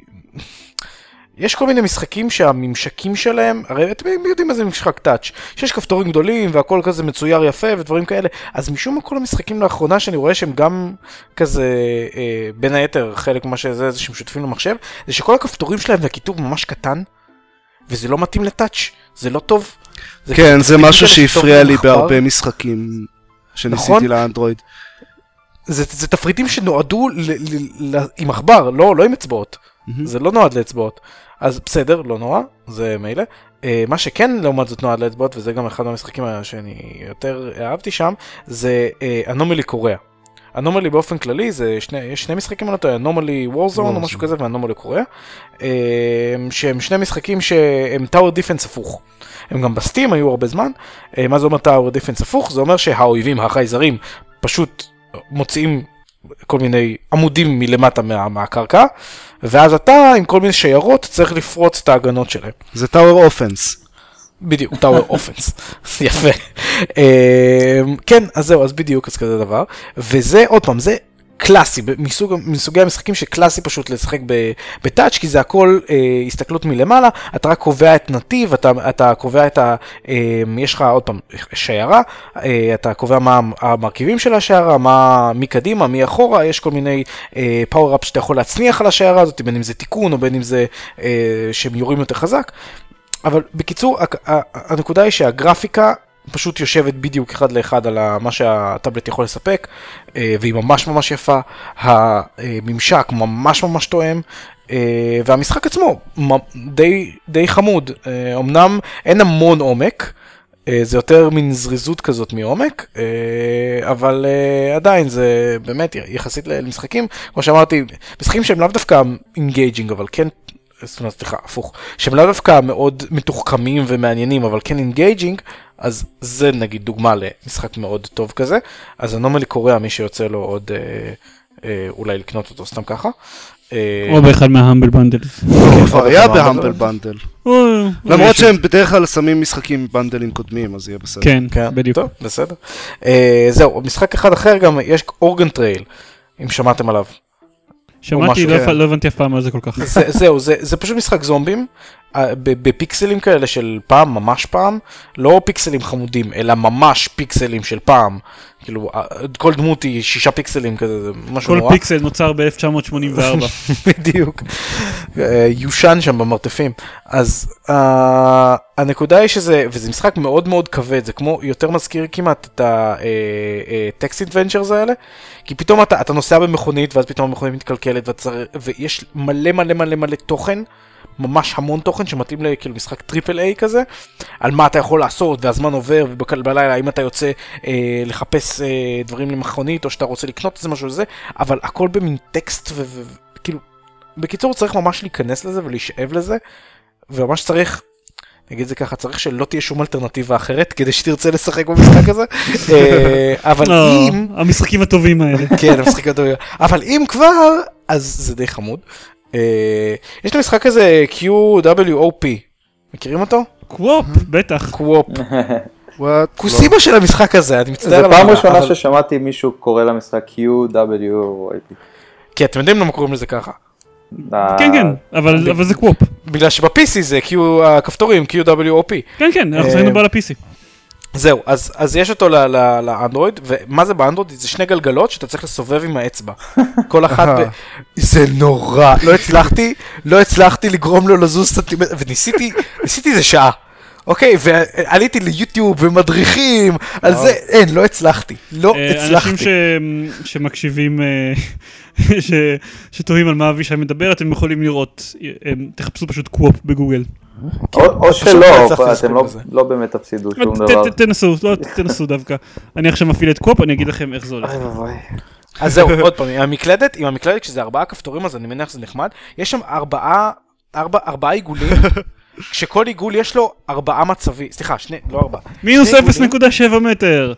יש כל מיני משחקים שהממשקים שלהם, הרי אתם יודעים מה זה משחק טאץ', שיש כפתורים גדולים והכל כזה מצויר יפה ודברים כאלה, אז משום מה כל המשחקים לאחרונה שאני רואה שהם גם כזה, בין היתר חלק מה שזה שהם שותפים למחשב, זה שכל הכפתורים שלהם והכיתוב ממש קטן, וזה לא מתאים לטאץ', זה לא טוב. כן, זה משהו שהפריע לי בהרבה משחקים שניסיתי לאנדרואיד. זה תפריטים שנועדו עם עכבר, לא עם אצבעות. זה לא נועד לאצבעות. אז בסדר, לא נורא, זה מילא. מה שכן לעומת זאת נועד לאצבעות, וזה גם אחד מהמשחקים שאני יותר אהבתי שם, זה אנומלי קוריאה. אנומלי באופן כללי, יש שני משחקים על אותו, אנומלי וורזון או משהו כזה, ואנומלי קוריאה, שהם שני משחקים שהם טאוור דיפנס הפוך. הם גם בסטים היו הרבה זמן. מה זה אומר טאוור דיפנס הפוך? זה אומר שהאויבים, החייזרים, פשוט מוציאים כל מיני עמודים מלמטה מהקרקע, ואז אתה עם כל מיני שיירות צריך לפרוץ את ההגנות שלהם. זה טאוור אופנס. בדיוק, טאוור אופנס. יפה. כן, אז זהו, אז בדיוק, אז כזה דבר. וזה, עוד פעם, זה קלאסי, מסוגי המשחקים שקלאסי פשוט לשחק בטאץ', כי זה הכל הסתכלות מלמעלה, אתה רק קובע את נתיב, אתה קובע את יש לך עוד פעם שיירה, אתה קובע מה המרכיבים של השיירה, מי קדימה, מי אחורה, יש כל מיני פאוור-אפ שאתה יכול להצניח על השיירה הזאת, בין אם זה תיקון או בין אם זה שהם יורים יותר חזק, אבל בקיצור, הנקודה היא שהגרפיקה פשוט יושבת בדיוק אחד לאחד על מה שהטאבלט יכול לספק, והיא ממש ממש יפה, הממשק ממש ממש תואם, והמשחק עצמו די חמוד. אמנם אין המון עומק, זה יותר מין זריזות כזאת מעומק, אבל עדיין זה באמת יחסית למשחקים, כמו שאמרתי, משחקים שהם לאו דווקא אינגייג'ינג, אבל כן, סליחה, הפוך, שהם לאו דווקא מאוד מתוחכמים ומעניינים, אבל כן אינגייג'ינג, אז זה נגיד דוגמה למשחק מאוד טוב כזה, אז אנומלי קוריאה, מי שיוצא לו עוד אולי לקנות אותו סתם ככה. או באחד מההמבל בנדלס. כבר היה בהמבל בנדל. למרות שהם בדרך כלל שמים משחקים בנדלים קודמים, אז יהיה בסדר. כן, בדיוק. טוב, בסדר. זהו, משחק אחד אחר גם, יש אורגן טרייל, אם שמעתם עליו. שמעתי, לא הבנתי אף פעם מה זה כל כך. זהו, זה פשוט משחק זומבים, בפיקסלים כאלה של פעם, ממש פעם, לא פיקסלים חמודים, אלא ממש פיקסלים של פעם, כאילו, כל דמות היא 6 פיקסלים כזה, זה משהו נורא. כל פיקסל נוצר ב-1984. בדיוק, יושן שם במרתפים. אז הנקודה היא וזה משחק מאוד מאוד כבד, זה כמו, יותר מזכיר כמעט את הטקסט אדוונצ'רס האלה, כי פתאום אתה נוסע במכונית, ואז פתאום המכונית מתקלקלת, ויש מלא מלא מלא מלא תוכן, ממש המון תוכן שמתאים לכאילו משחק טריפל איי כזה, על מה אתה יכול לעשות, והזמן עובר, ובלילה האם אתה יוצא לחפש דברים למכונית, או שאתה רוצה לקנות איזה משהו לזה, אבל הכל במין טקסט, וכאילו, בקיצור צריך ממש להיכנס לזה ולהישאב לזה, וממש צריך, נגיד זה ככה, צריך שלא תהיה שום אלטרנטיבה אחרת, כדי שתרצה לשחק במשחק הזה, אבל אם... המשחקים הטובים האלה. כן, המשחקים הטובים, אבל אם כבר, אז זה די חמוד. יש למשחק הזה QWOP, מכירים אותו? קוופ, בטח. קוופ. קוסיבה של המשחק הזה, אני מצטער. זה פעם ראשונה ששמעתי מישהו קורא למשחק QWOP. כי אתם יודעים למה קוראים לזה ככה. כן, כן, אבל זה קוופ. בגלל שב-PC זה הכפתורים, QWOP. כן, כן, אנחנו צריכים לבוא ל-PC. זהו, אז יש אותו לאנדרואיד, ומה זה באנדרואיד? זה 2 גלגלות שאתה צריך לסובב עם האצבע. כל אחת זה נורא, לא הצלחתי לגרום לו לזוז סנטימטר, וניסיתי איזה שעה. אוקיי, ועליתי ליוטיוב ומדריכים, על זה, אין, לא הצלחתי. אנשים שמקשיבים, שתוהים על מה אבישי מדבר, אתם יכולים לראות, תחפשו פשוט קוופ בגוגל. או שלא, אתם לא באמת תפסידו שום דבר. תנסו דווקא. אני עכשיו מפעיל את קוופ, אני אגיד לכם איך זה הולך. אז זהו, עוד פעם, עם המקלדת, כשזה 4 כפתורים, אז אני מניח שזה נחמד, יש שם 4 עיגולים, כשכל עיגול יש לו 4 מצבים, סליחה, לא 4. מינוס 0.7 מטר.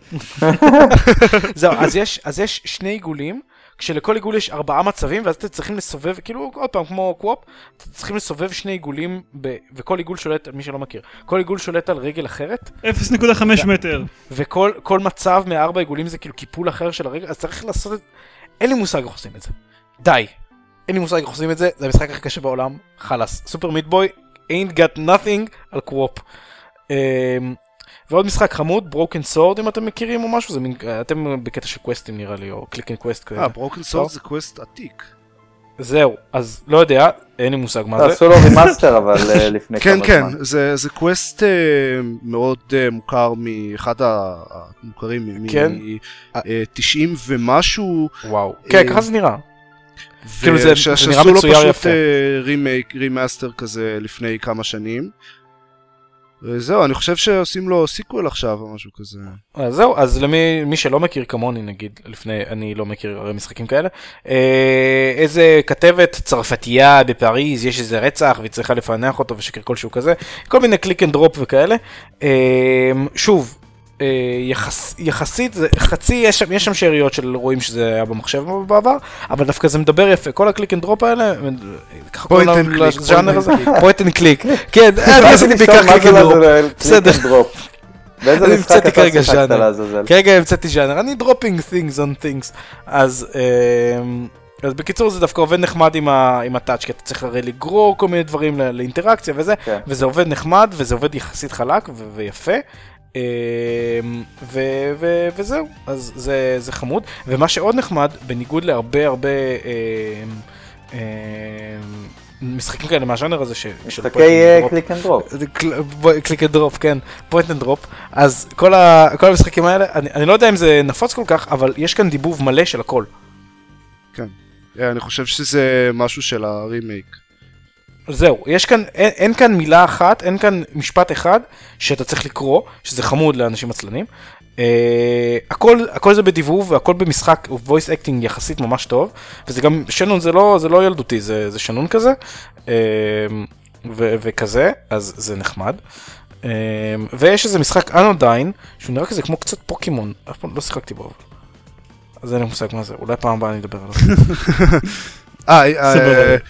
זהו, אז יש 2 עיגולים, כשלכל עיגול יש 4 מצבים, ואז אתם צריכים לסובב, כאילו עוד פעם כמו קוופ, אתם צריכים לסובב 2 עיגולים, וכל עיגול שולט, מי שלא מכיר, כל עיגול שולט על רגל אחרת. 0.5 מטר. וכל מצב מ4 עיגולים זה כאילו קיפול אחר של הרגל, אז צריך לעשות את... אין לי מושג איך עושים את זה. די. אין לי מושג איך עושים את זה, זה המשחק הכי קשה בעולם, חלס. סופר מיט בוי, ain't got nothing על קוופ. ועוד משחק חמוד, Broken Sword, אם אתם מכירים או משהו, זה מין, אתם בקטע של קווסטים נראה לי, או קליק אנד קווסט כזה. Broken Sword זה קווסט עתיק. זהו, אז לא יודע, אין לי מושג מה זה. עשו לו רימאסטר, אבל לפני כמה זמן. כן, כן, זה קווסט מאוד מוכר מאחד המוכרים, מ-90 ומשהו. וואו, כן, ככה זה נראה. כאילו זה נראה מצויר יפה. רימאסטר כזה לפני כמה שנים. זהו, אני חושב שעושים לו סיקוול עכשיו או משהו כזה. זהו, אז למי שלא מכיר כמוני, נגיד, אני לא מכיר הרי משחקים כאלה, איזה כתבת צרפתייה בפריז, יש איזה רצח והיא צריכה לפענח אותו ושקר כלשהו כזה, כל מיני קליק אנד דרופ וכאלה. שוב, יחסית, חצי, יש שם שאריות של רואים שזה היה במחשב בעבר, אבל דווקא זה מדבר יפה, כל הקליק אנד דרופ האלה, פוינט אנד קליק. פוינט אנד קליק, כן, אני עשיתי בעיקר קליק אנד דרופ, בסדר. באיזה משחק אתה שיחקת לעזאזל? כרגע המצאתי ז'אנר, אני dropping things on things. אז בקיצור זה דווקא עובד נחמד עם הטאץ', כי אתה צריך הרי לגרור כל מיני דברים לאינטראקציה וזה, וזה עובד נחמד, וזה עובד יחסית חלק ויפה. וזהו, אז זה חמוד. ומה שעוד נחמד, בניגוד להרבה משחקים כאלה מהז'אנר הזה משחקי קליק אנד דרופ. קליק אנד דרופ, כן, פוינט אנד דרופ. אז כל המשחקים האלה, אני לא יודע אם זה נפוץ כל כך, אבל יש כאן דיבוב מלא של הכל. כן, אני חושב שזה משהו של הרימייק. זהו, יש כאן, אין כאן מילה אחת, אין כאן משפט אחד שאתה צריך לקרוא, שזה חמוד לאנשים עצלנים. הכל זה בדיבוב והכל במשחק voice acting יחסית ממש טוב, וזה גם שנון, זה לא ילדותי, זה שנון כזה וכזה, אז זה נחמד. ויש איזה משחק אנודיין שהוא נראה כזה כמו קצת פוקימון, אף פעם לא שיחקתי בו, אז אין לי מושג מה זה, אולי פעם הבאה אני אדבר עליו.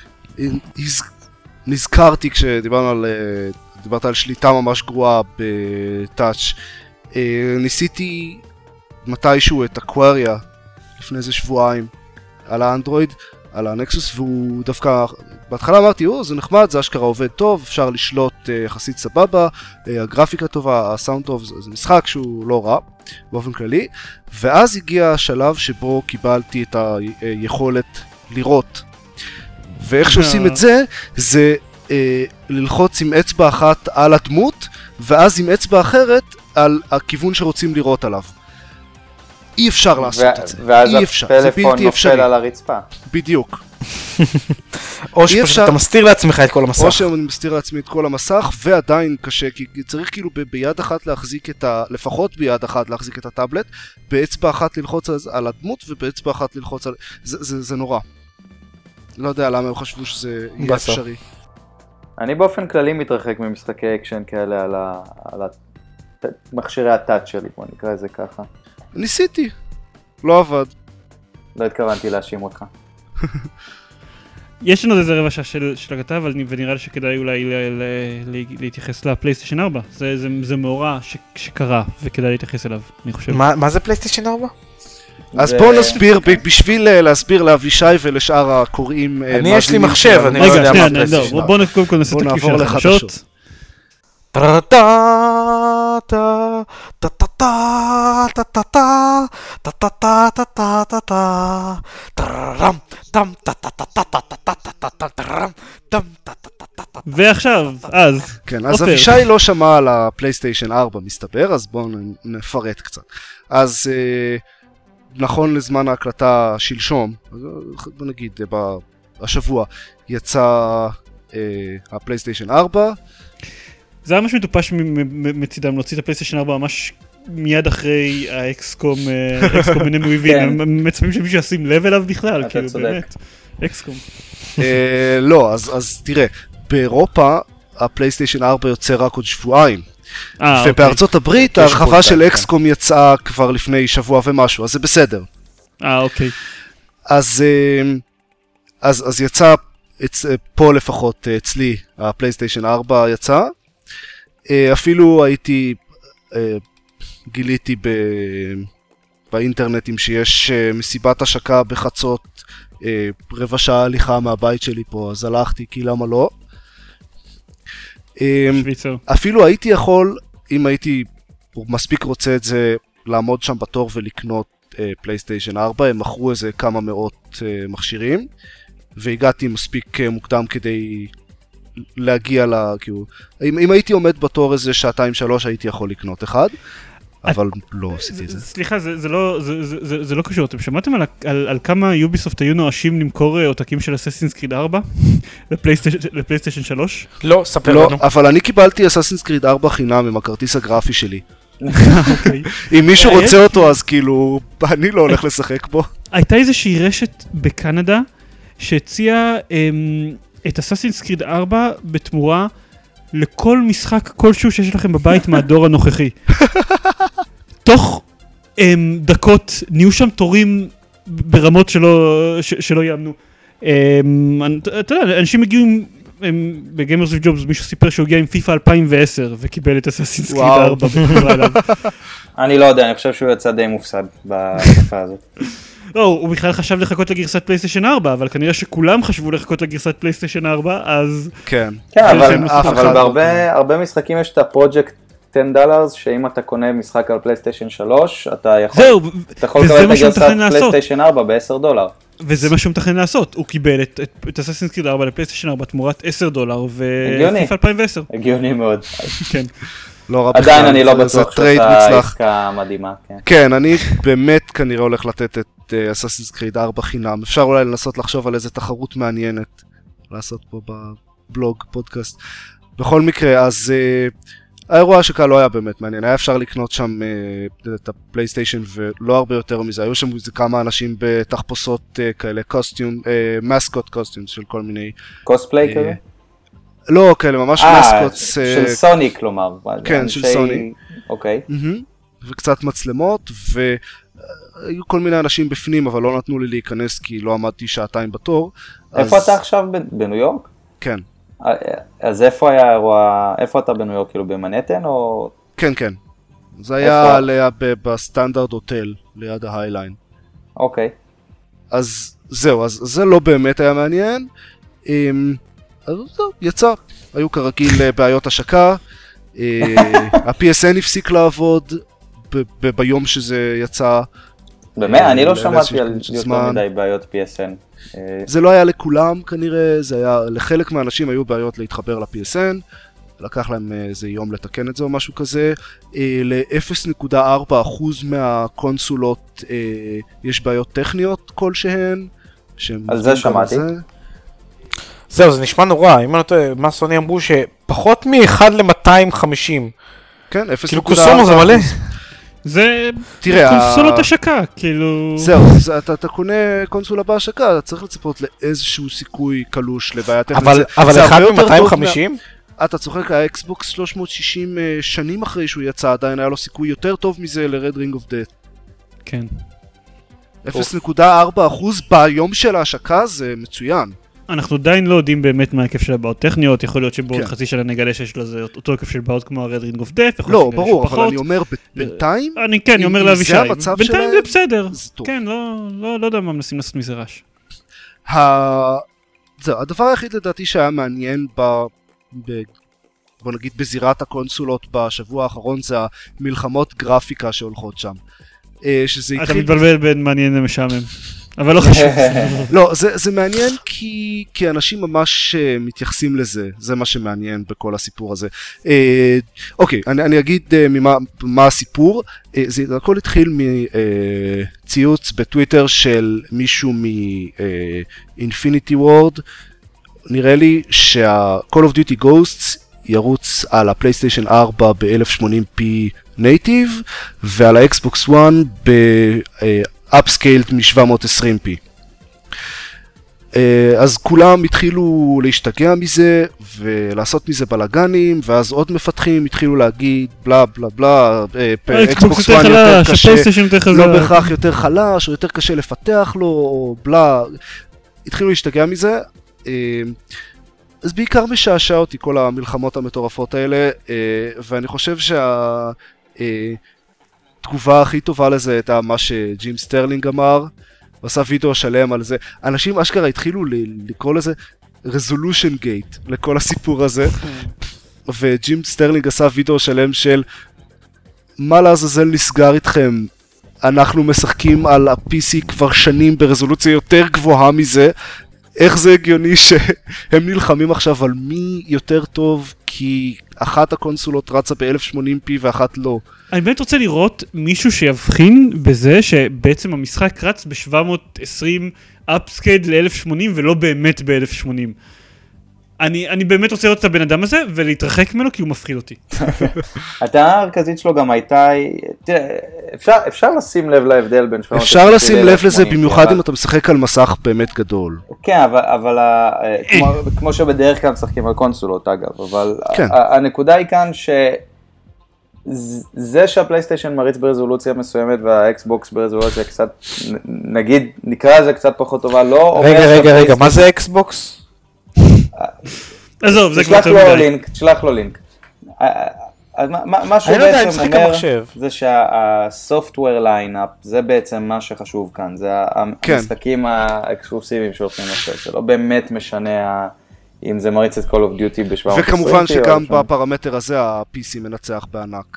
נזכרתי כשדיברת על שליטה ממש גרועה בטאץ'. ניסיתי מתישהו את אקווריה לפני איזה שבועיים על האנדרואיד, על הנקסוס, והוא דווקא, בהתחלה אמרתי, זה נחמד, זה אשכרה עובד טוב, אפשר לשלוט יחסית סבבה, הגרפיקה טובה, הסאונד טוב, זה משחק שהוא לא רע באופן כללי, ואז הגיע השלב שבו קיבלתי את היכולת לראות. ואיך שעושים את זה, זה ללחוץ עם אצבע אחת על הדמות, ואז עם אצבע אחרת על הכיוון שרוצים לראות עליו. אי אפשר לעשות את זה. ואז הפלאפון נופל על הרצפה. בדיוק. או שפשוט אתה מסתיר לעצמך את כל המסך. או שאני מסתיר לעצמי את כל המסך, ועדיין קשה, כי צריך כאילו ביד אחת להחזיק לפחות ביד אחת להחזיק את הטאבלט, באצבע אחת ללחוץ על הדמות, ובאצבע אחת ללחוץ על... זה נורא. לא יודע למה הם חשבו שזה יהיה אפשרי. אני באופן כללי מתרחק ממשחקי אקשן כאלה על מכשירי הטאץ' שלי, בוא נקרא את זה ככה. ניסיתי, לא עבד. לא התכוונתי להאשים אותך. יש לנו איזה רבע שעה של הכתב, ונראה לי שכדאי אולי להתייחס לפלייסטיישן 4. זה מאורע שקרה, וכדאי להתייחס אליו, אני חושב. מה זה פלייסטיישן 4? אז בואו נסביר, בשביל להסביר לאבישי ולשאר הקוראים... אני יש לי מחשב, אני לא יודע מה פלייסטיישן 4. בואו קודם כל נעשה את הכיף של החדשות. ועכשיו, אז כן, אז אבישי לא שמע על הפלייסטיישן 4 מסתבר, אז בואו נפרט קצת. אז נכון לזמן ההקלטה שלשום, בוא נגיד השבוע, יצא הפלייסטיישן 4. זה היה ממש מטופש מצידם להוציא את הפלייסטיישן 4 ממש מיד אחרי האקסקום ביניהם אויבים, הם מצפים שמישהו ישים לב אליו בכלל, כאילו באמת, אקסקום. לא, אז תראה, באירופה הפלייסטיישן 4 יוצא רק עוד שבועיים, ובארצות הברית ההרחבה של אקסקום יצאה כבר לפני שבוע ומשהו, אז זה בסדר. אוקיי. אז יצא, פה לפחות אצלי הפלייסטיישן 4 יצא, אפילו גיליתי באינטרנטים שיש מסיבת השקה בחצות, רבע שעה הליכה מהבית שלי פה, אז הלכתי, כי למה לא? אפילו הייתי יכול, אם הייתי מספיק רוצה את זה, לעמוד שם בתור ולקנות פלייסטיישן 4, הם מכרו איזה כמה מאות מכשירים, והגעתי מספיק מוקדם כדי להגיע כאילו, אם הייתי עומד בתור איזה 2-3 הייתי יכול לקנות אחד, אבל לא עשיתי את זה. סליחה, זה לא קשור, אתם שמעתם על כמה יוביסופט היו נואשים למכור עותקים של אסאסינס קריד 4 לפלייסטיישן 3? לא, ספר לנו. לא, אבל אני קיבלתי אסאסינס קריד 4 חינם עם הכרטיס הגרפי שלי. אם מישהו רוצה אותו אז כאילו, אני לא הולך לשחק בו. הייתה איזושהי רשת בקנדה שהציעה את אסאסינס קריד 4 בתמורה לכל משחק כלשהו שיש לכם בבית מהדור הנוכחי. תוך דקות נהיו שם תורים ברמות שלא יאמנו. אתה יודע, אנשים הגיעו בגיימרס וג'ובס מישהו סיפר שהוא הגיע עם פיפה 2010 וקיבל את אסאסינס קריד 4 בקרה עליו. אני לא יודע, אני חושב שהוא יצא די מופסד בתקופה הזאת. לא, הוא בכלל חשב לחכות לגרסת פלייסטיישן 4, אבל כנראה שכולם חשבו לחכות לגרסת פלייסטיישן 4, אז... כן. כן, אבל בהרבה משחקים יש את הפרויקט $10, שאם אתה קונה משחק על פלייסטיישן 3, אתה יכול לקבל את הגרסת פלייסטיישן 4 $10. וזה מה שהוא מתכנן לעשות, הוא קיבל את אסאסינס קריד 4 לפלייסטיישן 4 תמורת $10 ופיפה 2010. הגיוני מאוד. כן. עדיין אני לא בטוח שעושה עסקה מדהימה. כן, אני באמת כנראה הולך לתת את אסאסינס קריד 4 חינם. אפשר אולי לנסות לחשוב על איזה תחרות מעניינת לעשות פה בבלוג, פודקאסט. בכל מקרה, אז האירוע ההשקה לא היה באמת מעניין. היה אפשר לקנות שם את הפלייסטיישן ולא הרבה יותר מזה. היו שם כמה אנשים בתחפושות כאלה, מסקוט קוסטיום של כל מיני... קוספליי כזה? לא, כאלה, ממש מסקוטס. של סוני, כלומר. כן, של סוני. אוקיי. וקצת מצלמות, והיו כל מיני אנשים בפנים, אבל לא נתנו לי להיכנס, כי לא עמדתי שעתיים בתור. איפה אתה עכשיו? בניו יורק? כן. אז איפה היה האירוע, איפה אתה בניו יורק, כאילו במנהטן או... כן, כן. זה היה בסטנדרט הוטל, ליד ההייליין. אוקיי. אז זהו, אז זה לא באמת היה מעניין. אז זהו, יצא. היו כרגיל בעיות השקה. ה-PSN הפסיק לעבוד ביום שזה יצא. באמת? אני לא שמעתי על יותר מדי בעיות PSN. זה לא היה לכולם כנראה, זה היה, לחלק מהאנשים היו בעיות להתחבר ל-PSN, לקח להם איזה יום לתקן את זה או משהו כזה. ל-0.4% מהקונסולות יש בעיות טכניות כלשהן. על זה שמעתי. זהו, זה נשמע נורא, אם אני לא טועה, מה סוני אמרו שפחות מ-1 ל-250. כן, 0.4%. כאילו קוסומו זה מלא. זה קונסולות השקה, כאילו... זהו, אתה קונה קונסולה בהשקה, אתה צריך לצפות לאיזשהו סיכוי קלוש לבעיה טכנית. אבל 1 מ-250? אתה צוחק, האקסבוקס 360 שנים אחרי שהוא יצא, עדיין היה לו סיכוי יותר טוב מזה ל-Red Ring of Death. כן. 0.4% ביום של ההשקה זה מצוין. אנחנו עדיין לא יודעים באמת מה ההיקף של הבעיות טכניות, יכול להיות שבעוד חצי שנה נגלה שיש לזה אותו היקף של בעיות כמו ה-Red Ring of Death, לא, ברור, אבל אני אומר בינתיים, אני אומר לאבישי, בינתיים זה בסדר, כן, לא יודע מה מנסים לעשות מזה רעש. הדבר היחיד לדעתי שהיה מעניין בוא נגיד בזירת הקונסולות בשבוע האחרון זה המלחמות גרפיקה שהולכות שם. אתה מתבלבל בין מעניין למשעמם. אבל לא חשוב. לא, זה מעניין כי אנשים ממש מתייחסים לזה, זה מה שמעניין בכל הסיפור הזה. אוקיי, אני אגיד מה הסיפור. זה הכל התחיל מציוץ בטוויטר של מישהו מ-Infinity Ward. נראה לי שה-Call of Duty Ghosts ירוץ על הפלייסטיישן 4 ב-1080p נייטיב ועל האקסבוקס 1 ב-upscaled מ-720p. אז כולם התחילו להשתגע מזה ולעשות מזה בלגנים, ואז עוד מפתחים התחילו להגיד בלה בלה בלה, אקסבוקס 1 יותר קשה, לא בהכרח יותר חלש או יותר קשה לפתח לו או בלה, התחילו להשתגע מזה. אז בעיקר משעשע אותי כל המלחמות המטורפות האלה, ואני חושב שהתגובה הכי טובה לזה הייתה מה שג'ים סטרלינג אמר, הוא עשה וידאו שלם על זה. אנשים אשכרה התחילו לקרוא לזה resolution gate לכל הסיפור הזה, וג'ים סטרלינג עשה וידאו שלם של מה לעזאזל נסגר איתכם, אנחנו משחקים על ה-PC כבר שנים ברזולוציה יותר גבוהה מזה, איך זה הגיוני שהם נלחמים עכשיו על מי יותר טוב, כי אחת הקונסולות רצה ב-1080p ואחת לא. אני באמת רוצה לראות מישהו שיבחין בזה שבעצם המשחק רץ ב-720 upscaled ל-1080 ולא באמת ב-1080. אני באמת רוצה לראות את הבן אדם הזה ולהתרחק ממנו כי הוא מפחיד אותי. הטענה המרכזית שלו גם הייתה, אפשר לשים לב להבדל בין 720 ל-1080. אפשר לשים לב לזה במיוחד אם אתה משחק על מסך באמת גדול. כן, אבל כמו שבדרך כלל משחקים על קונסולות אגב, אבל הנקודה היא כאן שזה שהפלייסטיישן מריץ ברזולוציה מסוימת והאקסבוקס ברזולוציה קצת, נגיד, נקרא לזה קצת פחות טובה, לא... רגע, מה זה אקסבוקס? עזוב, זה כבר יותר מדי. תשלח לו לינק. מה שהוא בעצם אומר, זה שהסופטוור ליינאפ, זה בעצם מה שחשוב כאן, זה המשחקים האקסקלוסיביים שהולכים לשבת, זה לא באמת משנה אם זה מריץ את Call of Duty ב-720. וכמובן שגם בפרמטר הזה ה-PC מנצח בענק.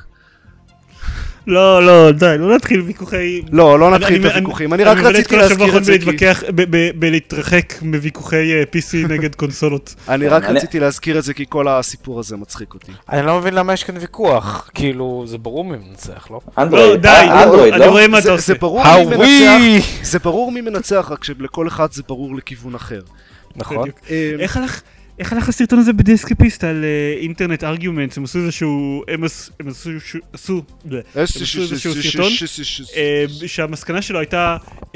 לא, די, לא נתחיל ויכוחי... לא נתחיל בוויכוחים, אני רק רציתי להזכיר את זה בלהתרחק מוויכוחי PC נגד קונסולות. אני רק רציתי להזכיר את זה כי כל הסיפור הזה מצחיק אותי. אני לא מבין למה יש כאן ויכוח, כאילו זה ברור מי מנצח, לא? אנדרואיד, אני רואה מה אתה עושה. זה ברור מי מנצח, רק שלכל אחד זה ברור לכיוון אחר. נכון. איך הלך הסרטון הזה בדיסקפיסט על אינטרנט ארגומנט, הם עשו איזשהו, הם עשו איזשהו סרטון, שהמסקנה שלו הייתה,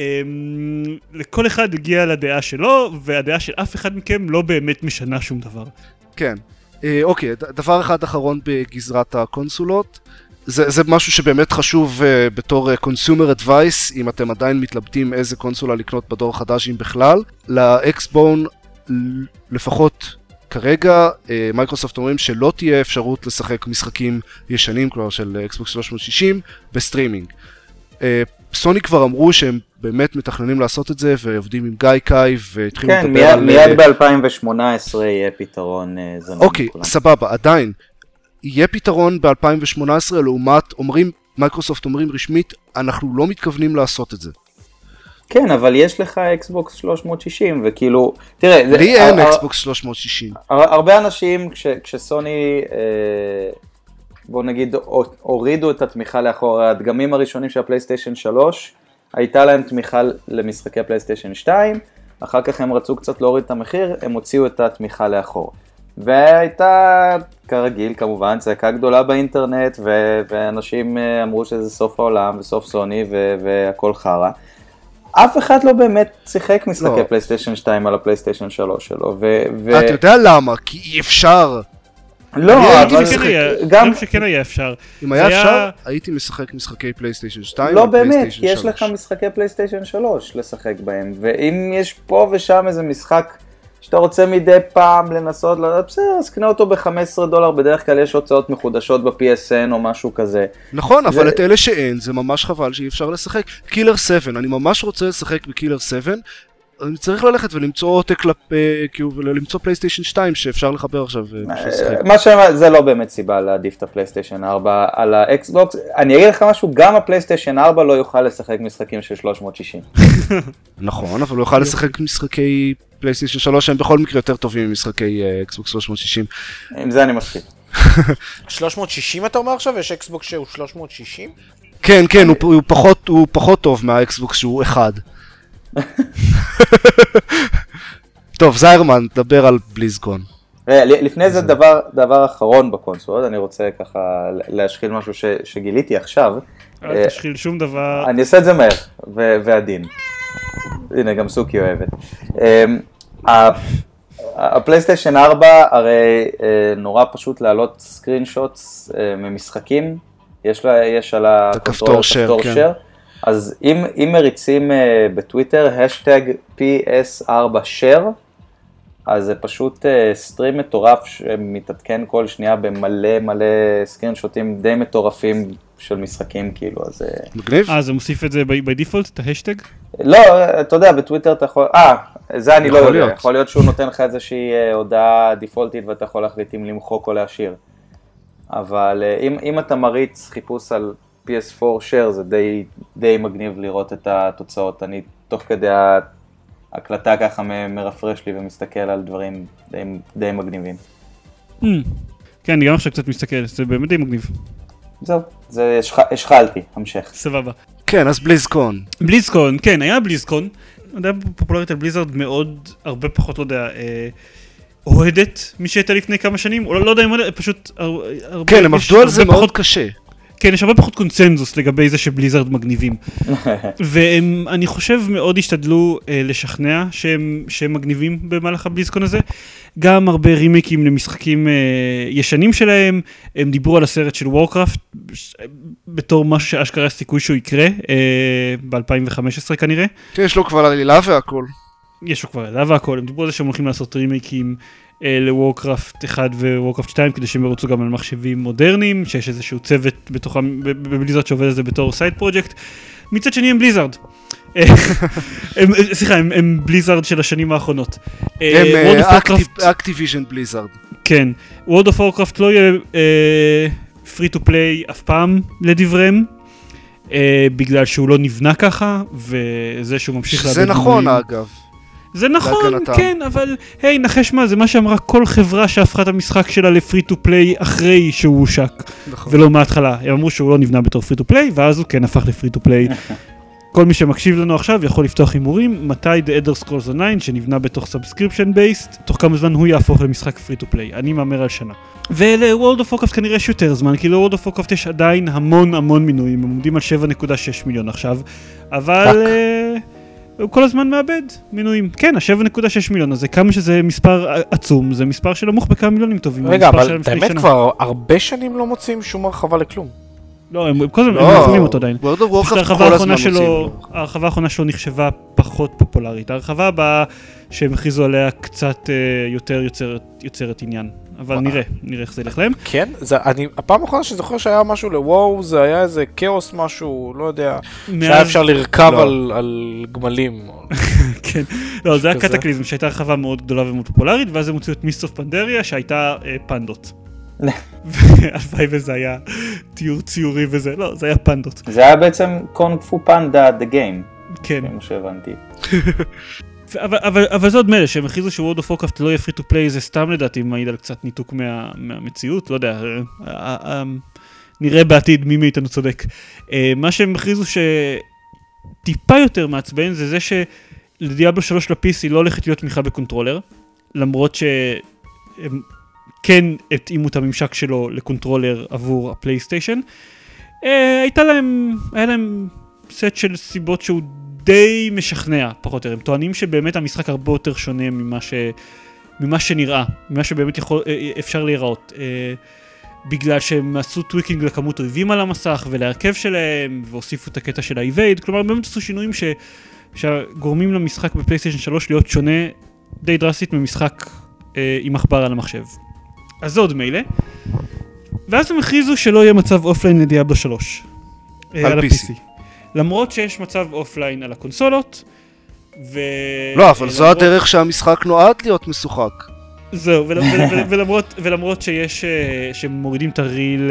לכל אחד הגיע לדעה שלו, והדעה של אף אחד מכם לא באמת משנה שום דבר. כן, אוקיי, דבר אחד אחרון בגזרת הקונסולות, זה משהו שבאמת חשוב בתור consumer advice, אם אתם עדיין מתלבטים איזה קונסולה לקנות בדור החדש, אם בכלל, לאקסבון, לפחות כרגע, מייקרוסופט אומרים שלא תהיה אפשרות לשחק משחקים ישנים, כלומר של אקסבוקס 360, בסטרימינג. סוני כבר אמרו שהם באמת מתכננים לעשות את זה, ועובדים עם גיא קאי, והתחילו לדבר על... כן, מיד ב-2018 יהיה פתרון זמין. אוקיי, סבבה, עדיין. יהיה פתרון ב-2018, לעומת, מייקרוסופט אומרים רשמית, אנחנו לא מתכוונים לעשות את זה. כן, אבל יש לך אקסבוקס 360, וכאילו, תראה... לי אין אקסבוקס 360. הרבה אנשים, כשסוני, בוא נגיד, הורידו את התמיכה לאחור, הדגמים הראשונים של הפלייסטיישן 3, הייתה להם תמיכה למשחקי הפלייסטיישן 2, אחר כך הם רצו קצת להוריד את המחיר, הם הוציאו את התמיכה לאחור. והייתה, כרגיל, כמובן, צעקה גדולה באינטרנט, ואנשים אמרו שזה סוף העולם, וסוף סוני, והכל חרה. אף אחד לא באמת שיחק משחקי פלייסטיישן 2 על הפלייסטיישן 3 שלו, אתה יודע למה? כי אי אפשר. לא, אבל גם שכן היה אפשר. אם היה אפשר, הייתי משחק משחקי פלייסטיישן 2 לא באמת, כי יש לך משחקי פלייסטיישן 3 לשחק בהם, ואם יש פה ושם איזה משחק שאתה רוצה מדי פעם לנסות, בסדר, אז קנה אותו ב$15, בדרך כלל יש הוצאות מחודשות ב-PSN או משהו כזה. נכון, אבל את אלה שאין, זה ממש חבל שאי אפשר לשחק. קילר 7, אני ממש רוצה לשחק בקילר 7, אני צריך ללכת ולמצוא עותק, למצוא פלייסטיישן 2 שאפשר לחבר עכשיו בשביל לשחק. מה שאומר, זה לא באמת סיבה להעדיף את הפלייסטיישן 4 על האקסבוקס. אני אגיד לך משהו, גם הפלייסטיישן 4 לא יוכל לשחק משחקים של 360. נכון, אבל הוא יוכל לשחק משחקי פלייסטיישן 3 שהם בכל מקרה יותר טובים ממשחקי אקסבוקס 360. עם זה אני מסכים. 360 אתה אומר עכשיו? יש אקסבוקס שהוא 360? כן, הוא פחות טוב מהאקסבוקס שהוא אחד. טוב, זיירמן, דבר על בליזקון. לפני זה דבר אחרון בקונסולות, אני רוצה ככה להשחיל משהו שגיליתי עכשיו. אל תשחיל שום דבר. אני אעשה את זה מהר, ועדין. הנה, גם סוכי אוהבת. הפלייסטיישן 4 הרי נורא פשוט להעלות סקרינשוטס ממשחקים. יש על הכפתור share. אז אם מריצים בטוויטר, השטג PS4share, אז זה פשוט סטרים מטורף שמתעדכן כל שנייה במלא סקרינשוטים די מטורפים של משחקים, כאילו, אז... מגניב? זה מוסיף את זה בדיפולט, את ההשטג? לא, אתה יודע, בטוויטר אתה יכול... זה אני לא יודע. יכול להיות שהוא נותן לך איזושהי הודעה דיפולטית ואתה יכול להחליט אם למחוק או להשאיר. אבל אם אתה מריץ חיפוש על PS4 share, זה די מגניב לראות את התוצאות. אני תוך כדי ההקלטה ככה מרפרש לי ומסתכל על דברים די מגניבים. כן, אני גם עכשיו קצת מסתכל, זה באמת די מגניב. זהו, זה השחלתי, המשך. סבבה. כן, אז בליזקון. בליזקון, כן, היה בליזקון. אני יודע, פופולרית על בליזרד מאוד, הרבה פחות, לא יודע, אוהדת מי שהייתה לפני כמה שנים, או לא יודע אם פשוט... כן, הם עבדו על זה מאוד קשה. כן, יש הרבה פחות קונצנזוס לגבי זה שבליזרד מגניבים. ואני חושב מאוד השתדלו לשכנע שהם מגניבים במהלך הבליזקון הזה. גם הרבה רימיקים למשחקים ישנים שלהם, הם דיברו על הסרט של וורקראפט, בתור משהו שאשכרה סיכוי שהוא יקרה, ב-2015 כנראה. יש לו כבר עלילה והכל. יש לו כבר ידע והכל, הם דיברו על זה שהם הולכים לעשות רימייקים לוורקראפט 1 ווורקראפט 2, כדי שהם ירוצו גם על מחשבים מודרניים, שיש איזשהו צוות בתוכם, בבליזארד שעובד על זה בתור סייד פרויקט. מצד שני הם בליזארד. סליחה, הם בליזארד של השנים האחרונות. הם אקטיביז'ן בליזארד. כן, World of Warcraft לא יהיה free to play אף פעם לדבריהם, בגלל שהוא לא נבנה ככה, וזה שהוא ממשיך שזה נכון אגב. זה נכון, כן, אבל היי, נחש מה, זה מה שאמרה כל חברה שהפכה את המשחק שלה לפרי טו פליי אחרי שהוא הושק, ולא מההתחלה. הם אמרו שהוא לא נבנה בתור פרי טו פליי, ואז הוא כן הפך לפרי טו פליי. כל מי שמקשיב לנו עכשיו יכול לפתוח הימורים, מתי The Elder Scrolls Online, שנבנה בתוך Subscription Based, תוך כמה זמן הוא יהפוך למשחק פרי טו פליי. אני מאמר על שנה. ול-World of Warcraft כנראה יש יותר זמן, כי ל-World of Warcraft יש עדיין המון מינויים, הם עומדים על 7.6 מיליון עכשיו, אבל הוא כל הזמן מאבד מינויים. כן, ה-7.6 מיליון הזה, כמה שזה מספר עצום, זה מספר שנמוך בכמה מיליונים טובים. רגע, אבל האמת כבר הרבה שנים לא מוצאים שום הרחבה לכלום. לא, הם כל הזמן מרחבים אותו עדיין. World of Warcraft כל הזמן מוצאים. ההרחבה האחרונה שלו נחשבה פחות פופולרית. ההרחבה הבאה שהם הכריזו עליה קצת יותר יוצרת עניין. אבל נראה איך זה ילך להם. כן? הפעם האחרונה שזוכר שהיה משהו לוואו, זה היה איזה כאוס משהו, לא יודע, שהיה אפשר לרכב על גמלים. כן. לא, זה היה קטקליזם שהייתה הרחבה מאוד גדולה ומאוד פופולרית, ואז הם הוציאו את מיסט אוף פנדריה שהייתה פנדות. והלוואי וזה היה תיאור ציורי וזה, לא, זה היה פנדות. זה היה בעצם קונג פו פנדה the game. כן. כמו שהבנתי. אבל זה עוד מלא, שהם הכריזו ש-World of Warcraft לא יהיה free to play, זה סתם לדעתי מעיד על קצת ניתוק מהמציאות, לא יודע, נראה בעתיד מי מאיתנו צודק. מה שהם הכריזו שטיפה יותר מעצבן, זה שלדיאבלו 3 ל-PC לא הולכת להיות תמיכה בקונטרולר, למרות שהם כן התאימו את הממשק שלו לקונטרולר עבור הפלייסטיישן. היה להם סט של סיבות שהוא די משכנע, פחות או יותר. הם טוענים שבאמת המשחק הרבה יותר שונה ממה שנראה, ממה שבאמת אפשר להיראות. בגלל שהם עשו טוויקינג לכמות אויבים על המסך ולהרכב שלהם, והוסיפו את הקטע של ה-Evade. כלומר, באמת עשו שינויים שגורמים למשחק בפלייסטיישן 3 להיות שונה די דרסטית ממשחק עם מחבר על המחשב. אז זה עוד מילא. ואז הם הכריזו שלא יהיה מצב אופליין לדיאבלו 3. על PC. למרות שיש מצב אופליין על הקונסולות, לא, אבל זו הדרך שהמשחק נועד להיות משוחק. זהו, ולמרות שיש, שמורידים את הריל,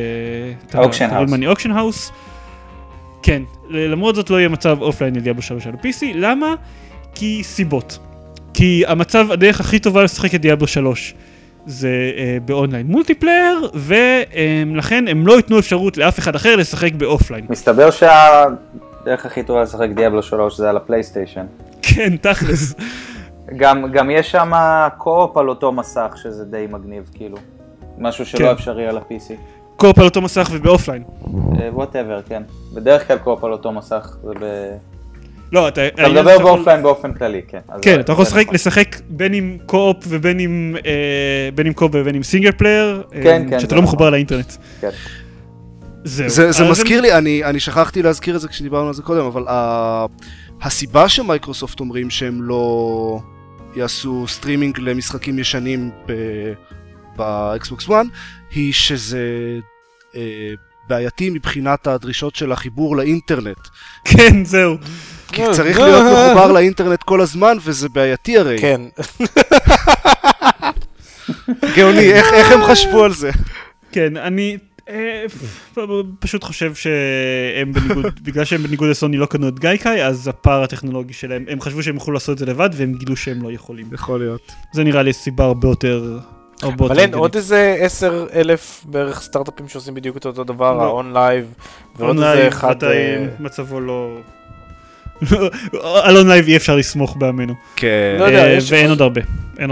אוקשן האוס, כן, למרות זאת לא יהיה מצב אופליין לדיאבלו 3 על ה-PC. למה? כי סיבות. כי הדרך הכי טובה לשחק את דיאבלו 3 זה באונליין מולטיפלייר, ולכן הם לא ייתנו אפשרות לאף אחד אחר לשחק באופליין. מסתבר שהדרך הכי טובה לשחק דיאבלו 3 זה על הפלייסטיישן. כן, תכלס. גם יש שם קו-אופ על אותו מסך, שזה די מגניב, כאילו. משהו שלא אפשרי על ה-PC. קו-אופ על אותו מסך ובאופליין. whatever, כן. בדרך כלל קו-אופ על אותו מסך, זה לא, אתה מדבר באופליין באופן כללי, כן. כן, אתה יכול לשחק בין עם קו-אופ ובין עם קו-אופ ובין עם סינגל פלייר, שאתה לא מחובר לאינטרנט. כן. זה מזכיר לי, אני שכחתי להזכיר את זה כשדיברנו על זה קודם, אבל הסיבה שמייקרוסופט אומרים שהם לא יעשו סטרימינג למשחקים ישנים באקסבוקס 1, היא שזה בעייתי מבחינת הדרישות של החיבור לאינטרנט. כן, זהו. כי צריך להיות מחובר לאינטרנט כל הזמן, וזה בעייתי הרי. כן. גאוני, איך הם חשבו על זה? כן, אני פשוט חושב שהם בגלל שהם בניגוד לסוני לא קנו את גאיקאי, אז הפער הטכנולוגי שלהם, הם חשבו שהם יכולו לעשות את זה לבד, והם גילו שהם לא יכולים. יכול להיות. זה נראה לי סיבה הרבה יותר... אבל אין עוד איזה 10,000 בערך סטארט-אפים שעושים בדיוק את אותו דבר, ה-on-live, ועוד איזה אחד... מצבו לא... על on-live אי אפשר לסמוך באמנו. כן. ואין עוד הרבה.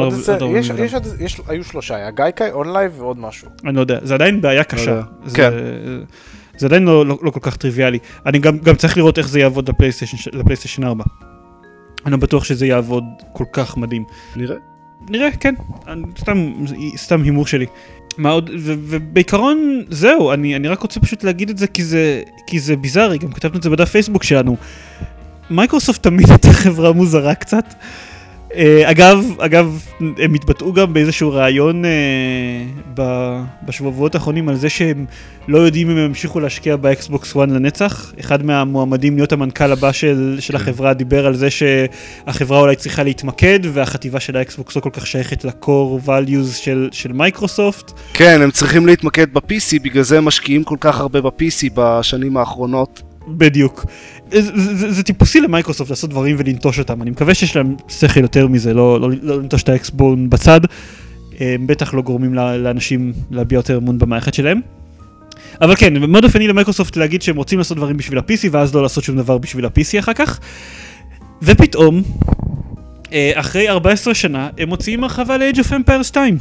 היו 3, היה גאיקאי, on-live ועוד משהו. אני לא יודע, זה עדיין בעיה קשה. זה עדיין לא כל כך טריוויאלי. אני גם צריך לראות איך זה יעבוד לפלייסטיישן 4. אני בטוח שזה יעבוד כל כך מדהים. נראה, כן. סתם הימור שלי. מה עוד, ובעיקרון זהו, אני רק רוצה פשוט להגיד את זה כי זה ביזארי, גם כתבנו את זה בדף פייסבוק שלנו. מייקרוסופט תמיד הייתה חברה מוזרה קצת. אגב, הם התבטאו גם באיזשהו רעיון בשבועות האחרונים על זה שהם לא יודעים אם הם המשיכו להשקיע באקסבוקס 1 לנצח. אחד מהמועמדים להיות המנכ"ל הבא של החברה דיבר על זה שהחברה אולי צריכה להתמקד, והחטיבה של האקסבוקס לא כל כך שייכת ל-core values של מייקרוסופט. כן, הם צריכים להתמקד ב-PC, בגלל זה הם משקיעים כל כך הרבה ב-PC בשנים האחרונות. בדיוק. זה טיפוסי למייקרוסופט לעשות דברים ולנטוש אותם. אני מקווה שיש להם שכל יותר מזה, לא לנטוש את האקסבון בצד. בטח לא גורמים לאנשים להביע יותר אמון במערכת שלהם. אבל כן, מאוד אופייני למייקרוסופט להגיד שהם רוצים לעשות דברים בשביל ה-PC, ואז לא לעשות שום דבר בשביל ה-PC אחר כך. ופתאום, אחרי 14 שנה, הם מוציאים הרחבה ל-Age of Empires 2.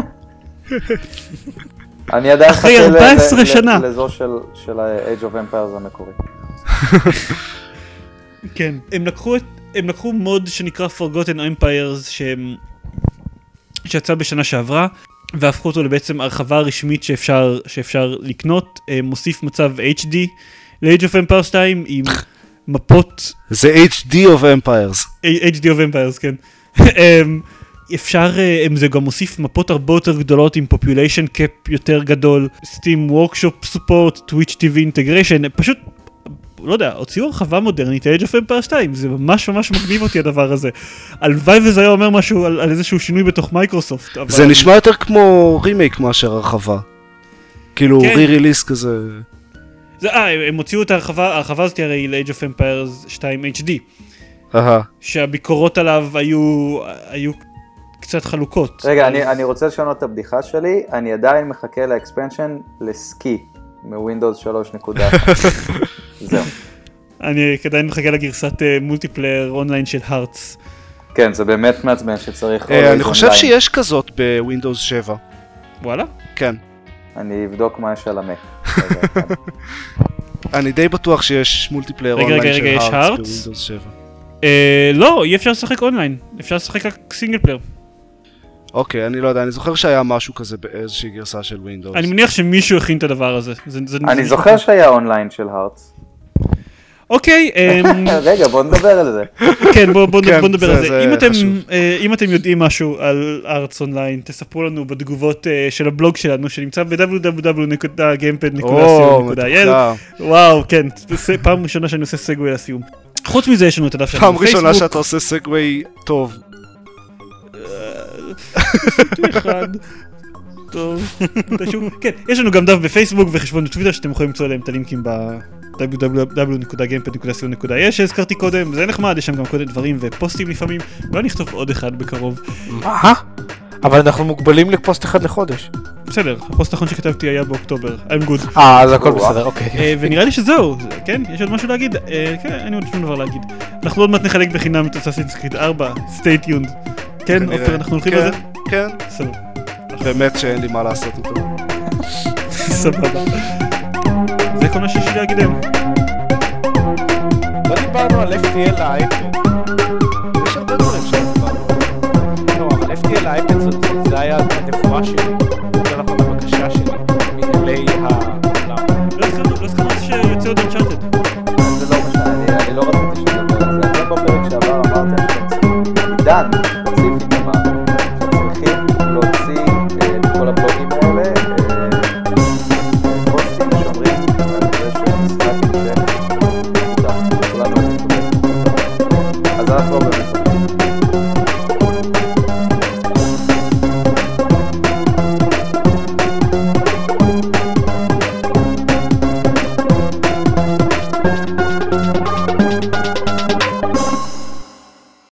אני עדיין אחרי 14 שנה. לזו של ה-Age of Empires המקורי. כן, הם לקחו מוד שנקרא Forgotten Empires שיצא בשנה שעברה, והפכו אותו לבעצם הרחבה רשמית שאפשר לקנות, מוסיף מצב HD ל-Age of Empires 2 עם מפות... זה HD of Empires. HD of Empires, כן. זה גם מוסיף מפות הרבה יותר גדולות עם population cap יותר גדול, Steam Workshop Support, Twitch TV Integration, פשוט, לא יודע, הוציאו הרחבה מודרנית, Age of Empires 2, זה ממש מגניב אותי הדבר הזה. הלוואי וזה היה אומר משהו על איזשהו שינוי בתוך מייקרוסופט. זה נשמע יותר כמו רימייק מאשר הרחבה. כאילו רי-ריליס כזה. הם הוציאו את ההרחבה הזאת הרי ל-Age of Empires 2 HD. שהביקורות עליו היו קצת חלוקות. רגע, אני רוצה לשנות את הבדיחה שלי, אני עדיין מחכה לאקספנשן לסקי, מווינדוס 3.1. זהו. אני עדיין מחכה לגרסת מולטיפלייר אונליין של הארטס. כן, זה באמת מעצבן שצריך... אני חושב שיש כזאת בווינדוס 7. וואלה? כן. אני אבדוק מה יש על המק. אני די בטוח שיש מולטיפלייר אונליין של הארטס בווינדוס 7. לא, אי אפשר לשחק אונליין, אפשר לשחק רק סינגל פלייר. אוקיי, אני לא יודע, אני זוכר שהיה משהו כזה באיזושהי גרסה של ווינדוס. אני מניח שמישהו הכין את הדבר הזה. אני זוכר שהיה אונליין של הארטס. אוקיי. רגע, בוא נדבר על זה. כן, בוא נדבר על זה. אם אתם יודעים משהו על ארטס אונליין, תספרו לנו בתגובות של הבלוג שלנו, שנמצא ב-www.gamepad.co.il. וואו, כן, פעם ראשונה שאני עושה סגווי לסיום. חוץ מזה יש לנו את הדף שלנו בפייסבוק. פעם ראשונה שאתה עושה סגווי טוב. טוב. כן, יש לנו גם דף בפייסבוק וחשבון בטוויטר שאתם יכולים למצוא עליהם את הלינקים www.gamepad.co.il שהזכרתי קודם, זה נחמד, יש שם גם קודם דברים ופוסטים לפעמים, ואני נכתוב עוד אחד בקרוב. אבל אנחנו מוגבלים לפוסט אחד לחודש. בסדר, הפוסט האחרון שכתבתי היה באוקטובר, I'm good. אז הכל בסדר, אוקיי. ונראה לי שזהו, כן? יש עוד משהו להגיד? כן, אין עוד שום דבר להגיד. אנחנו עוד מעט נחלק בחינם את Assassin's Creed 4, stay tuned. כן, אופר, אנחנו הולכים לזה? כן. סבבה. באמת שאין לי מה לעשות איתו. סבבה. זה כל מה שיש לי להגיד היום. לא דיברנו על FTL לאייפד. יש הרבה דברים שדיברנו. לא, אבל FTL לאייפד זה היה הנבואה שלי. זה נכון הבקשה שלי. מאלי העולם. לא הזכרנו שיוצא עוד Uncharted. זה לא משנה, אני לא רציתי שתדבר על זה. אתם בפרק שעבר אמרתם עידן, ספציפית אמר, שצריכים להוציא בכל הבלוגים האלה פוסטים שאומרים על זה שמשחק נשאר תודה, כולנו היינו תודה. אז אנחנו לא באמת צריכים.